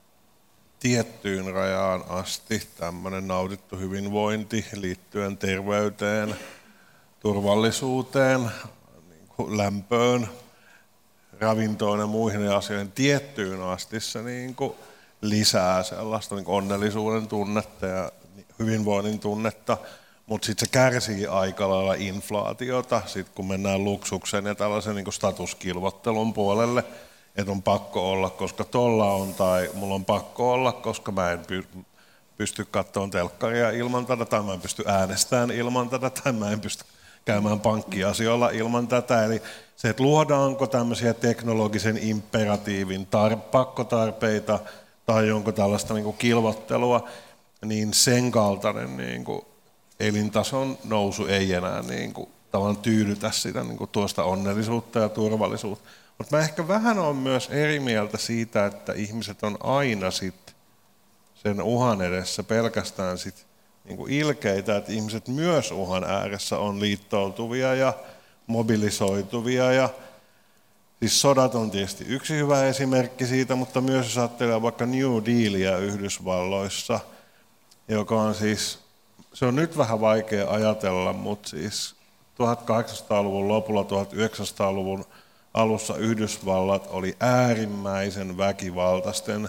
Speaker 5: tiettyyn rajaan asti tämmöinen nautittu hyvinvointi liittyen terveyteen, turvallisuuteen, lämpöön, ravintoon ja muihin asioihin tiettyyn asti se niin kuin lisää sellaista niin kuin onnellisuuden tunnetta ja hyvinvoinnin tunnetta, mutta sitten se kärsii aika lailla inflaatiota, sitten kun mennään luksuksen ja tällaisen niin kuin statuskilvottelun puolelle, että on pakko olla, koska tolla on, tai mulla on pakko olla, koska mä en pysty katsomaan telkkaria ilman tätä, tai mä en pysty äänestämään ilman tätä, tai mä en pysty käymään pankkiasioilla ilman tätä. Eli se, että luodaanko tämmöisiä teknologisen imperatiivin pakkotarpeita, tai onko tällaista niin kuin kilvottelua, niin sen kaltainen niin kuin elintason nousu ei enää niin kuin tavallaan tyydytä sitä niin kuin tuosta onnellisuutta ja turvallisuutta. Mutta mä ehkä vähän olen myös eri mieltä siitä, että ihmiset on aina sit sen uhan edessä pelkästään sit niin kuin ilkeitä, että ihmiset myös uhan ääressä on liittoutuvia ja mobilisoituvia. Ja siis sodat on tietysti yksi hyvä esimerkki siitä, mutta myös jos ajattelee vaikka New Dealia Yhdysvalloissa, joka on siis, se on nyt vähän vaikea ajatella, mutta siis 1800-luvun lopulla, 1900-luvun alussa Yhdysvallat oli äärimmäisen väkivaltaisten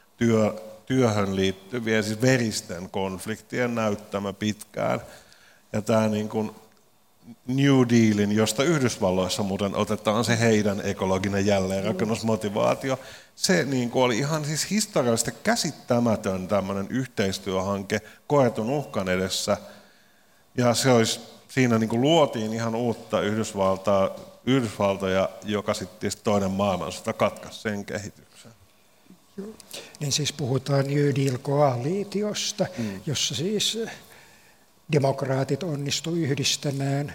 Speaker 5: työhön liittyvien, siis veristen konfliktien näyttämä pitkään. Ja tämä niin kuin New Dealin, josta Yhdysvalloissa muuten otetaan se heidän ekologinen jälleenrakennusmotivaatio, se niin kuin oli ihan siis historiallisesti käsittämätön tämmöinen yhteistyöhanke koetun uhkan edessä. Ja se olisi, siinä niin kuin luotiin ihan uutta Yhdysvaltoja, joka sitten toinen maailmansota katkaisi sen kehityksen.
Speaker 1: Niin siis puhutaan New Deal-koalitiosta, jossa siis demokraatit onnistu yhdistämään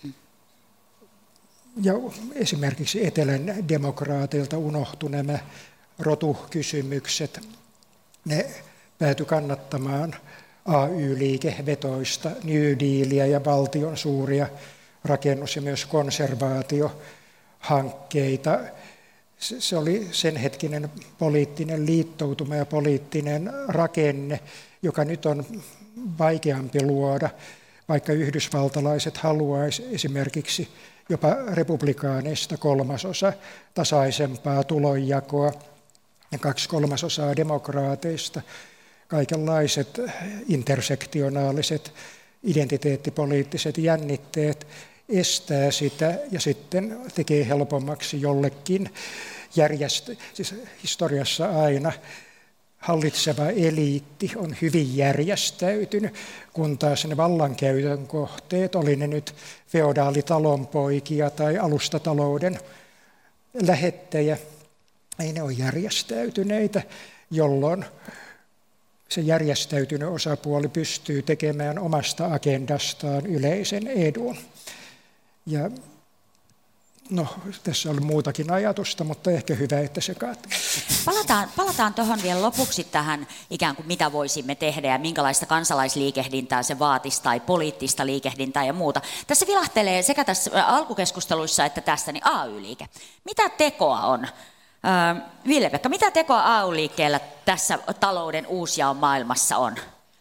Speaker 1: ja esimerkiksi etelän demokraateilta unohtui nämä rotukysymykset. Ne päätyi kannattamaan AY-liikevetoista New Dealia ja valtion suuria rakennus- ja myös konservaatiohankkeita. Se oli sen hetkinen poliittinen liittoutuma ja poliittinen rakenne, joka nyt on vaikeampi luoda, vaikka yhdysvaltalaiset haluaisi esimerkiksi jopa republikaaneista 1/3 tasaisempaa tulonjakoa ja 2/3 demokraateista. Kaikenlaiset intersektionaaliset identiteettipoliittiset jännitteet estää sitä ja sitten tekee helpommaksi jollekin siis historiassa aina hallitseva eliitti on hyvin järjestäytynyt, kun taas ne vallankäytön kohteet, oli ne nyt feodaalitalonpoikia tai alustatalouden lähettäjä, ei ne ole järjestäytyneitä, jolloin se järjestäytynyt osapuoli pystyy tekemään omasta agendastaan yleisen edun. Ja no, tässä oli muutakin ajatusta, mutta ehkä hyvä, että se katkesi.
Speaker 2: Palataan tuohon vielä lopuksi tähän ikään kuin mitä voisimme tehdä ja minkälaista kansalaisliikehdintää se vaatisi tai poliittista liikehdintää ja muuta. Tässä vilahtelee sekä tässä alkukeskusteluissa että tässä niin AY-liike. Mitä tekoa on? Ville-Pekka, mitä tekoa AY-liikkeellä tässä talouden uusjaon maailmassa on?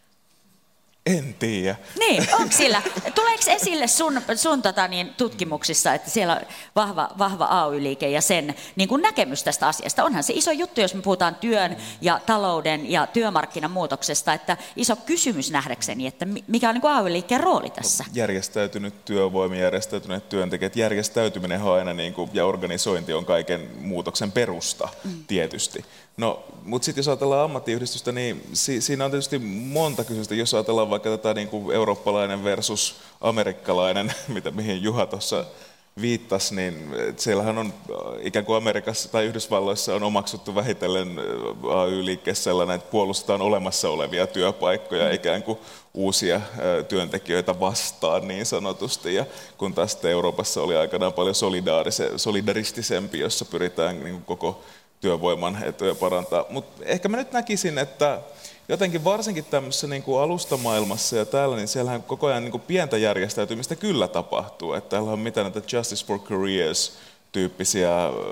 Speaker 3: En tiedä.
Speaker 2: Niin, onko sillä? Tuleeko esille sun tutkimuksissa, että siellä on vahva AY-liike ja sen niin kuin näkemys tästä asiasta? Onhan se iso juttu, jos me puhutaan työn ja talouden ja työmarkkinamuutoksesta, että iso kysymys nähdäkseni, että mikä on niin kuin AY-liikkeen rooli tässä?
Speaker 3: Järjestäytynyt työvoima, järjestäytyneet työntekijät, järjestäytyminen on aina niin kuin, ja organisointi on kaiken muutoksen perusta tietysti. No, mutta sitten jos ajatellaan ammattiyhdistystä, niin siinä on tietysti monta kysymystä. Jos ajatellaan vaikka tätä niin kuin eurooppalainen versus amerikkalainen, mihin Juha tuossa viittasi, niin siellähän on ikään kuin Amerikassa tai Yhdysvalloissa on omaksuttu vähitellen AY-liikkeessä sellainen, että puolustetaan olemassa olevia työpaikkoja ikään kuin uusia työntekijöitä vastaan niin sanotusti. Ja kun taas Euroopassa oli aikanaan paljon solidaristisempi, jossa pyritään niin kuin koko työvoiman etuja parantaa. Mutta ehkä mä nyt näkisin, että jotenkin varsinkin tämmöisessä niin kuin alustamaailmassa ja täällä, niin siellähän koko ajan niin kuin pientä järjestäytymistä kyllä tapahtuu. Että täällä on mitä näitä Justice for Careers-tyyppisiä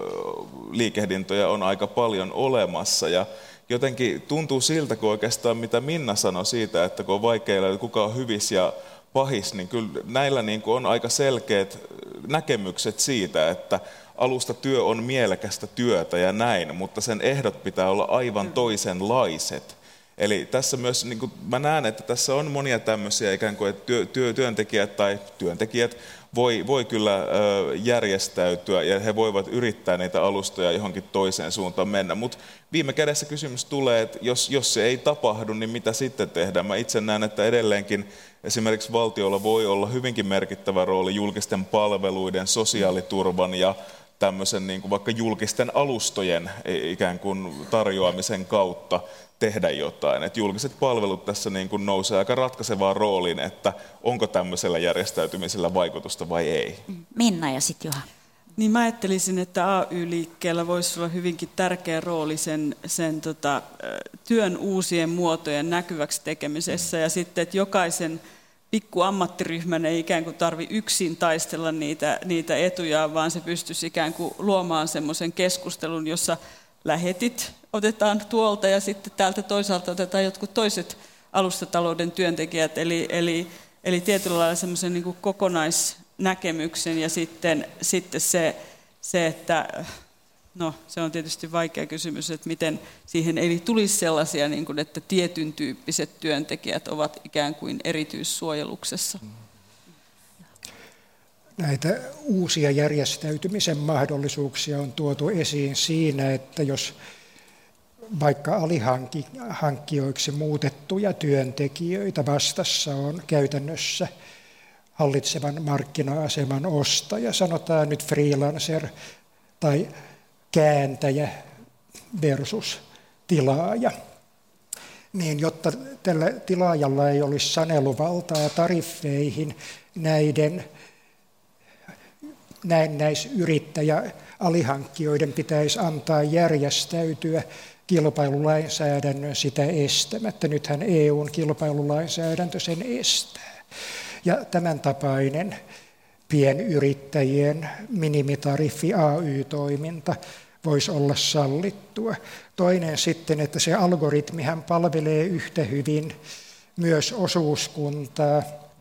Speaker 3: liikehdintoja on aika paljon olemassa. Ja jotenkin tuntuu siltä, kun oikeastaan mitä Minna sanoi siitä, että kun on vaikeilla, kuka on hyvis ja pahis, niin kyllä näillä niin kuin on aika selkeät näkemykset siitä, että alustatyö on mielekästä työtä ja näin, mutta sen ehdot pitää olla aivan toisenlaiset. Eli tässä myös, niin kuin mä näen, että tässä on monia tämmöisiä ikään kuin, että työntekijät tai työntekijät voi kyllä järjestäytyä ja he voivat yrittää niitä alustoja johonkin toiseen suuntaan mennä. Mutta viime kädessä kysymys tulee, että jos se ei tapahdu, niin mitä sitten tehdään? Mä itse näen, että edelleenkin esimerkiksi valtiolla voi olla hyvinkin merkittävä rooli julkisten palveluiden, sosiaaliturvan ja tämmöisen niin kuin vaikka julkisten alustojen ikään kuin tarjoamisen kautta tehdä jotain. Että julkiset palvelut tässä niin kuin nousee aika ratkaisevaan rooliin, että onko tämmöisellä järjestäytymisellä vaikutusta vai ei.
Speaker 2: Minna ja sitten Juha.
Speaker 4: Niin mä ajattelisin, että AY-liikkeellä voisi olla hyvinkin tärkeä rooli sen työn uusien muotojen näkyväksi tekemisessä ja sitten, että jokaisen pikku ammattiryhmän ei ikään kuin tarvitse yksin taistella niitä etuja, vaan se pystyisi ikään kuin luomaan semmoisen keskustelun, jossa lähetit otetaan tuolta ja sitten täältä toisaalta otetaan jotkut toiset alustatalouden työntekijät, eli tietyllä lailla semmoisen niin kuin kokonaisnäkemyksen ja sitten se, että no se on tietysti vaikea kysymys, että miten siihen ei tulisi sellaisia, niin kuin, että tietyn tyyppiset työntekijät ovat ikään kuin erityissuojeluksessa.
Speaker 1: Näitä uusia järjestäytymisen mahdollisuuksia on tuotu esiin siinä, että jos vaikka alihankkijoiksi muutettuja työntekijöitä vastassa on käytännössä hallitsevan markkina-aseman ostaja, sanotaan nyt freelancer tai kääntäjä versus tilaaja, niin jotta tällä tilaajalla ei olisi saneluvaltaa tariffeihin näiden näennäisyrittäjä-alihankkijoiden pitäisi antaa järjestäytyä kilpailulainsäädännön sitä estämättä. Nythän EU:n kilpailulainsäädäntö sen estää. Ja tämän tapainen pienyrittäjien minimitariffi AY-toiminta voisi olla sallittua. Toinen sitten, että se algoritmihan palvelee yhtä hyvin myös osuuskuntaa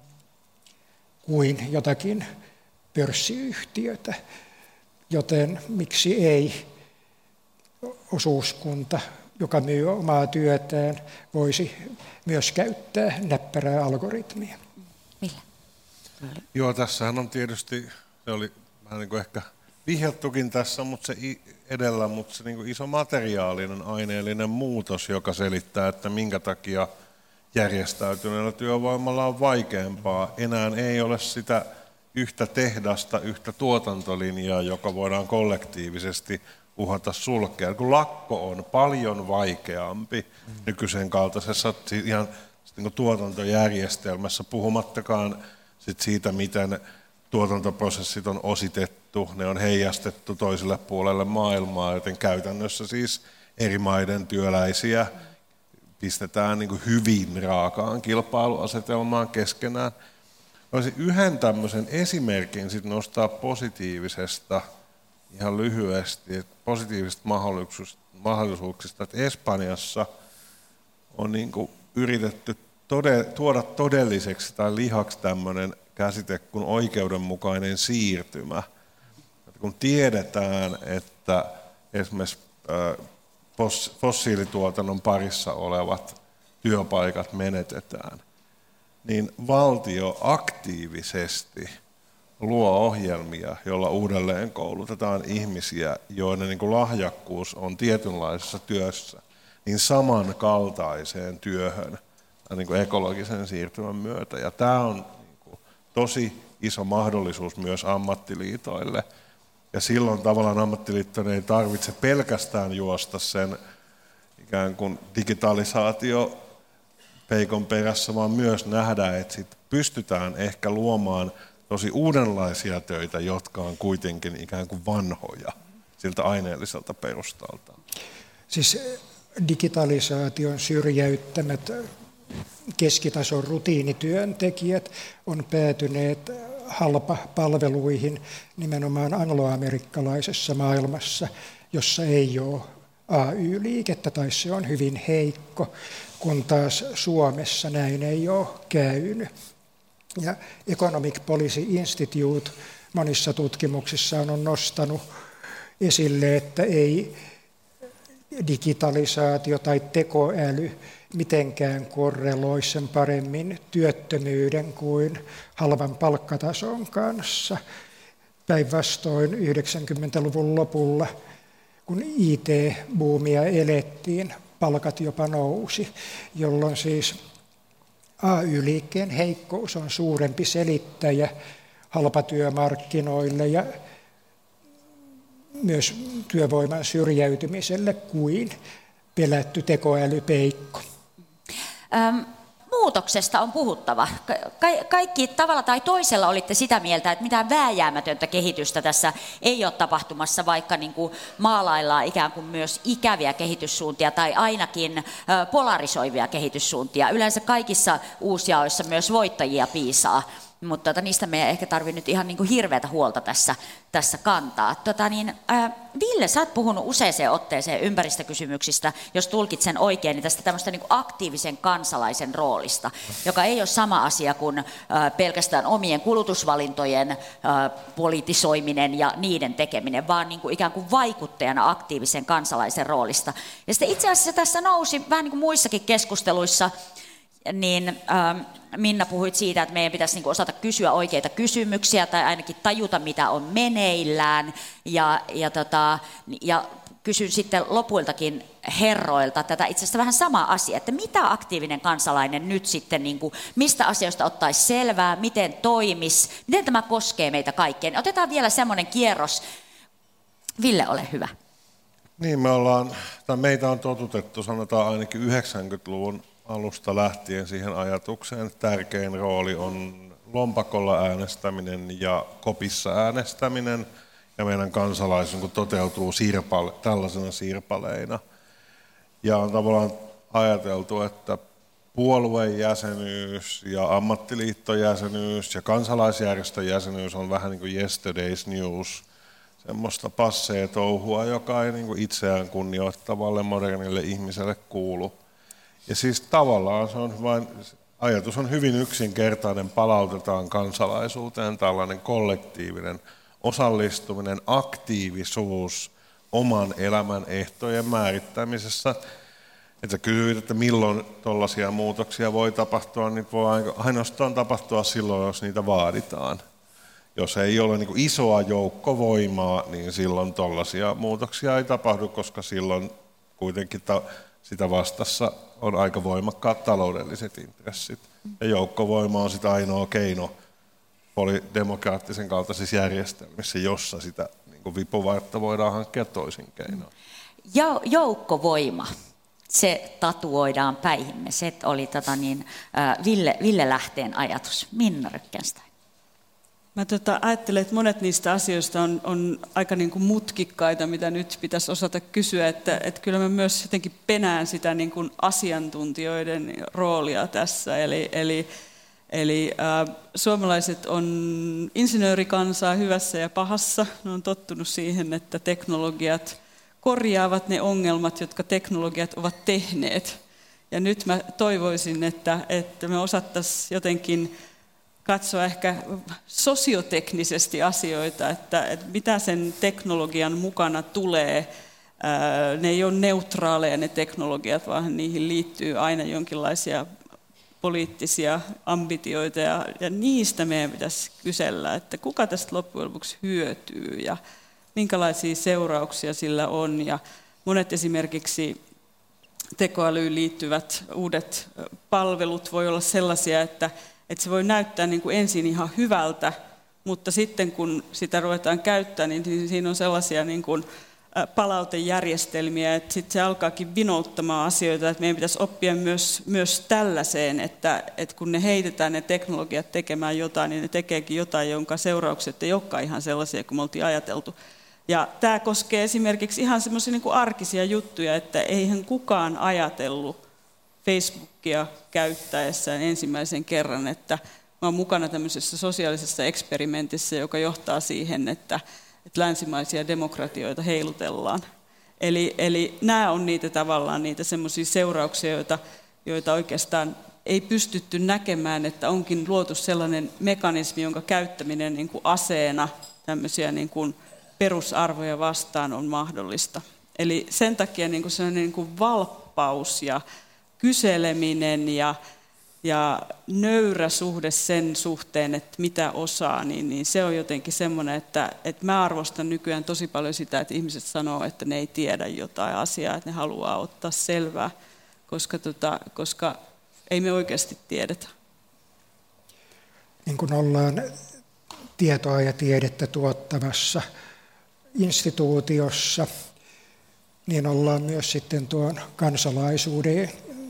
Speaker 1: kuin jotakin pörssiyhtiötä, joten miksi ei osuuskunta, joka myy omaa työtään, voisi myös käyttää näppärää algoritmia.
Speaker 2: Millä?
Speaker 5: Joo, tässähän on tietysti, se oli vähän niin kuin ehkä vihjattukin tässä, mutta se edellä, mutta se niin kuin iso materiaalinen, aineellinen muutos, joka selittää, että minkä takia järjestäytyneellä työvoimalla on vaikeampaa. Enää ei ole sitä yhtä tehdasta, yhtä tuotantolinjaa, joka voidaan kollektiivisesti uhata sulkea. Kun lakko on paljon vaikeampi nykyisen kaltaisessa ihan niin tuotantojärjestelmässä, puhumattakaan siitä, miten tuotantoprosessit on ositettu, ne on heijastettu toiselle puolelle maailmaa, joten käytännössä siis eri maiden työläisiä pistetään niin kuin hyvin raakaan kilpailuasetelmaan keskenään. Voisin yhden tämmöisen esimerkin sit nostaa positiivisesta ihan lyhyesti, että positiivisista mahdollisuuksista, että Espanjassa on niin kuin yritetty tuoda todelliseksi tai lihaksi tämmöinen käsite kuin oikeudenmukainen siirtymä. Että kun tiedetään, että esimerkiksi fossiilituotannon parissa olevat työpaikat menetetään, niin valtio aktiivisesti luo ohjelmia, joilla uudelleen koulutetaan ihmisiä, joiden niin kuin lahjakkuus on tietynlaisessa työssä, niin samankaltaiseen työhön niin kuin ekologisen siirtymän myötä. Ja tämä on niin kuin tosi iso mahdollisuus myös ammattiliitoille. Ja silloin tavallaan ammattiliittojen ei tarvitse pelkästään juosta sen ikään kuin digitalisaatio peikon perässä, vaan myös nähdä, että sit pystytään ehkä luomaan tosi uudenlaisia töitä, jotka on kuitenkin ikään kuin vanhoja siltä aineelliselta perustalta.
Speaker 1: Siis digitalisaation syrjäyttämät keskitason rutiinityöntekijät on päätyneet halpapalveluihin nimenomaan angloamerikkalaisessa maailmassa, jossa ei ole AY-liikettä tai se on hyvin heikko, kun taas Suomessa näin ei ole käynyt. Ja Economic Policy Institute monissa tutkimuksissaan on nostanut esille, että ei digitalisaatio tai tekoäly mitenkään korreloi sen paremmin työttömyyden kuin halvan palkkatason kanssa. Päinvastoin 90-luvun lopulla, kun IT-buumia elettiin, palkat jopa nousi, jolloin siis AY-liikkeen heikkous on suurempi selittäjä halpatyömarkkinoille ja myös työvoiman syrjäytymiselle kuin pelätty tekoälypeikko.
Speaker 2: Muutoksesta on puhuttava. Kaikki tavalla tai toisella olitte sitä mieltä, että mitään vääjäämätöntä kehitystä tässä ei ole tapahtumassa, vaikka niin kuin maalaillaan ikään kuin myös ikäviä kehityssuuntia tai ainakin polarisoivia kehityssuuntia. Yleensä kaikissa uusjaoissa myös voittajia piisaa. Mutta niistä me ei ehkä tarvitse nyt ihan niin kuin hirveätä huolta tässä kantaa. Ville, sä oot puhunut useaseen otteeseen ympäristökysymyksistä, jos tulkitsen oikein, niin tästä tämmöistä niin kuin aktiivisen kansalaisen roolista, joka ei ole sama asia kuin pelkästään omien kulutusvalintojen politisoiminen ja niiden tekeminen, vaan niin kuin ikään kuin vaikuttajana aktiivisen kansalaisen roolista. Ja sitten itse asiassa tässä nousi vähän niin kuin muissakin keskusteluissa, niin Minna, puhuit siitä, että meidän pitäisi niin osata kysyä oikeita kysymyksiä tai ainakin tajuta, mitä on meneillään. Ja kysyn sitten lopuiltakin herroilta tätä itse asiassa vähän sama asia, että mitä aktiivinen kansalainen nyt sitten, niin kuin, mistä asioista ottaisi selvää, miten toimisi, miten tämä koskee meitä kaikkea. Otetaan vielä semmoinen kierros. Ville, ole hyvä.
Speaker 5: Niin, meitä on totutettu, sanotaan ainakin 90-luvun alusta lähtien siihen ajatukseen, että tärkein rooli on lompakolla äänestäminen ja kopissa äänestäminen, ja meidän kansalaisuus toteutuu tällaisena sirpaleina. Ja on tavallaan ajateltu, että puoluejäsenyys ja ammattiliittojäsenyys ja kansalaisjärjestöjäsenyys on vähän niin kuin yesterday's news, semmoista passee touhua, joka ei niin kuin itseään kunnioittavalle modernille ihmiselle kuulu. Ja siis tavallaan ajatus on hyvin yksinkertainen, palautetaan kansalaisuuteen tällainen kollektiivinen osallistuminen, aktiivisuus oman elämän ehtojen määrittämisessä. Että kysyit, että milloin tuollaisia muutoksia voi tapahtua, niin voi ainoastaan tapahtua silloin, jos niitä vaaditaan. Jos ei ole niin kuin isoa joukkovoimaa, niin silloin tuollaisia muutoksia ei tapahdu, koska silloin kuitenkin sitä vastassa on aika voimakkaat taloudelliset intressit. Ja joukkovoima on sitä ainoa keino demokraattisen kaltaisissa järjestelmissä, jossa sitä niin kuin vipuvartta voidaan hankkia toisin keinoin.
Speaker 2: Joukkovoima, se tatuoidaan päihimme. Se oli Ville Lähteen ajatus. Minna Rykkenstein.
Speaker 4: Mä ajattelen, että monet niistä asioista on aika niin kuin mutkikkaita, mitä nyt pitäisi osata kysyä, että kyllä mä myös jotenkin penään sitä niin kuin asiantuntijoiden roolia tässä. Eli suomalaiset on insinöörikansaa hyvässä ja pahassa. Ne on tottunut siihen, että teknologiat korjaavat ne ongelmat, jotka teknologiat ovat tehneet. Ja nyt mä toivoisin, että me osattaisiin jotenkin katsoa ehkä sosioteknisesti asioita, että mitä sen teknologian mukana tulee. Ne ei ole neutraaleja ne teknologiat, vaan niihin liittyy aina jonkinlaisia poliittisia ambitioita ja niistä meidän pitäisi kysellä, että kuka tästä loppujen lopuksi hyötyy ja minkälaisia seurauksia sillä on. Ja monet esimerkiksi tekoälyyn liittyvät uudet palvelut voi olla sellaisia, että se voi näyttää niin kuin ensin ihan hyvältä, mutta sitten kun sitä ruvetaan käyttämään, niin siinä on sellaisia niin kuin palautejärjestelmiä, että sitten se alkaakin vinouttamaan asioita, että meidän pitäisi oppia myös tällaiseen, että kun ne heitetään ne teknologiat tekemään jotain, niin ne tekeekin jotain, jonka seuraukset ei olekaan ihan sellaisia kuin me oltiin ajateltu. Ja tämä koskee esimerkiksi ihan semmoisia niin kuin arkisia juttuja, että eihän kukaan ajatellut Facebookia käyttäessään ensimmäisen kerran, että mä oon mukana tämmöisessä sosiaalisessa eksperimentissä, joka johtaa siihen, että länsimaisia demokratioita heilutellaan. Eli nämä on niitä tavallaan niitä semmoisia seurauksia, joita oikeastaan ei pystytty näkemään, että onkin luotu sellainen mekanismi, jonka käyttäminen niin kuin aseena tämmöisiä niin kuin perusarvoja vastaan on mahdollista. Eli sen takia niin kuin sellainen niin kuin valppaus ja kyseleminen ja nöyrä suhde sen suhteen, että mitä osaa, niin se on jotenkin semmoinen, että mä arvostan nykyään tosi paljon sitä, että ihmiset sanoo, että ne ei tiedä jotain asiaa, että ne haluaa ottaa selvää, koska ei me oikeasti tiedetä.
Speaker 1: Niin kun ollaan tietoa ja tiedettä tuottavassa instituutiossa, niin ollaan myös sitten tuon kansalaisuuden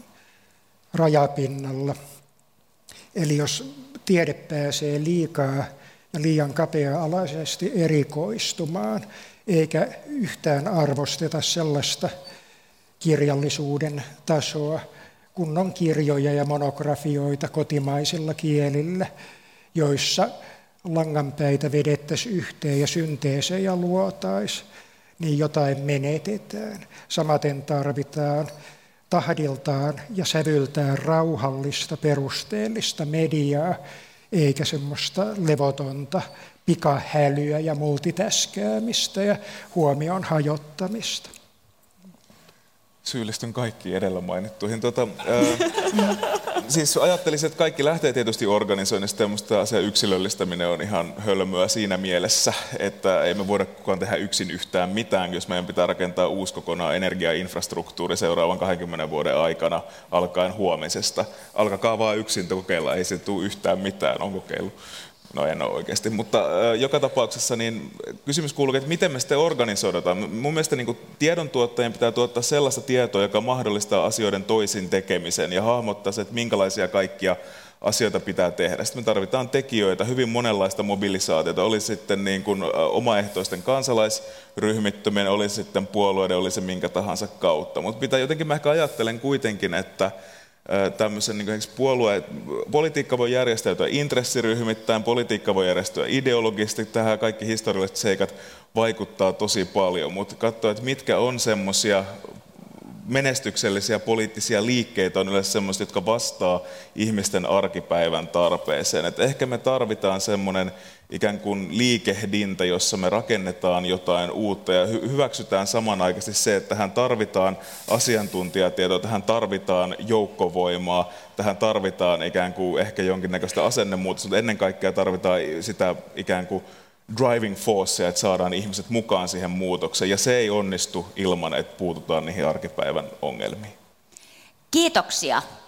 Speaker 1: rajapinnalla. Eli jos tiede pääsee liikaa ja liian kapea-alaisesti erikoistumaan, eikä yhtään arvosteta sellaista kirjallisuuden tasoa, kun on kirjoja ja monografioita kotimaisilla kielillä, joissa langanpäitä vedettäisiin yhteen ja synteesejä luotaisiin, niin jotain menetetään. Samaten tarvitaan tahdiltaan ja sävyltään rauhallista, perusteellista mediaa, eikä semmoista levotonta pikahälyä ja multitaskäämistä ja huomion hajottamista.
Speaker 3: Syyllistyn kaikkiin edellä mainittuihin. Siis ajattelisin, että kaikki lähtee tietysti organisoinnista ja minusta asian yksilöllistäminen on ihan hölmöä siinä mielessä, että ei me voida kukaan tehdä yksin yhtään mitään, jos meidän pitää rakentaa uusi kokonaan energiainfrastruktuuri seuraavan 20 vuoden aikana alkaen huomisesta. Alkakaa vaan yksin kokeilla, ei se tule yhtään mitään, on kokeillut. No en ole oikeasti, mutta joka tapauksessa niin kysymys kuuluu, että miten me sitten organisoidaan. Mun mielestä niin tiedontuottajien pitää tuottaa sellaista tietoa, joka mahdollistaa asioiden toisin tekemisen ja hahmottaa se, että minkälaisia kaikkia asioita pitää tehdä. Sitten me tarvitaan tekijöitä, hyvin monenlaista mobilisaatiota, olisi sitten niin kuin omaehtoisten kansalaisryhmittymien, olisi sitten puolueiden, olisi minkä tahansa kautta. Mutta pitää jotenkin, mä ehkä ajattelen kuitenkin, että tämmöisen niin politiikka voi järjestäytyä intressiryhmittäin, politiikka voi järjestäytyä ideologisesti, tähän kaikki historialliset seikat vaikuttaa tosi paljon, mutta katsoa, että mitkä on semmoisia menestyksellisiä poliittisia liikkeitä on yleensä semmoisia, jotka vastaa ihmisten arkipäivän tarpeeseen. Et ehkä me tarvitaan semmoinen ikään kuin liikehdintä, jossa me rakennetaan jotain uutta ja hyväksytään samanaikaisesti se, että tähän tarvitaan asiantuntijatietoa, tähän tarvitaan joukkovoimaa, tähän tarvitaan ikään kuin ehkä jonkinnäköistä asennemuutosta, mutta ennen kaikkea tarvitaan sitä ikään kuin driving forcea, että saadaan ihmiset mukaan siihen muutokseen, ja se ei onnistu ilman, että puututaan niihin arkipäivän ongelmiin.
Speaker 2: Kiitoksia.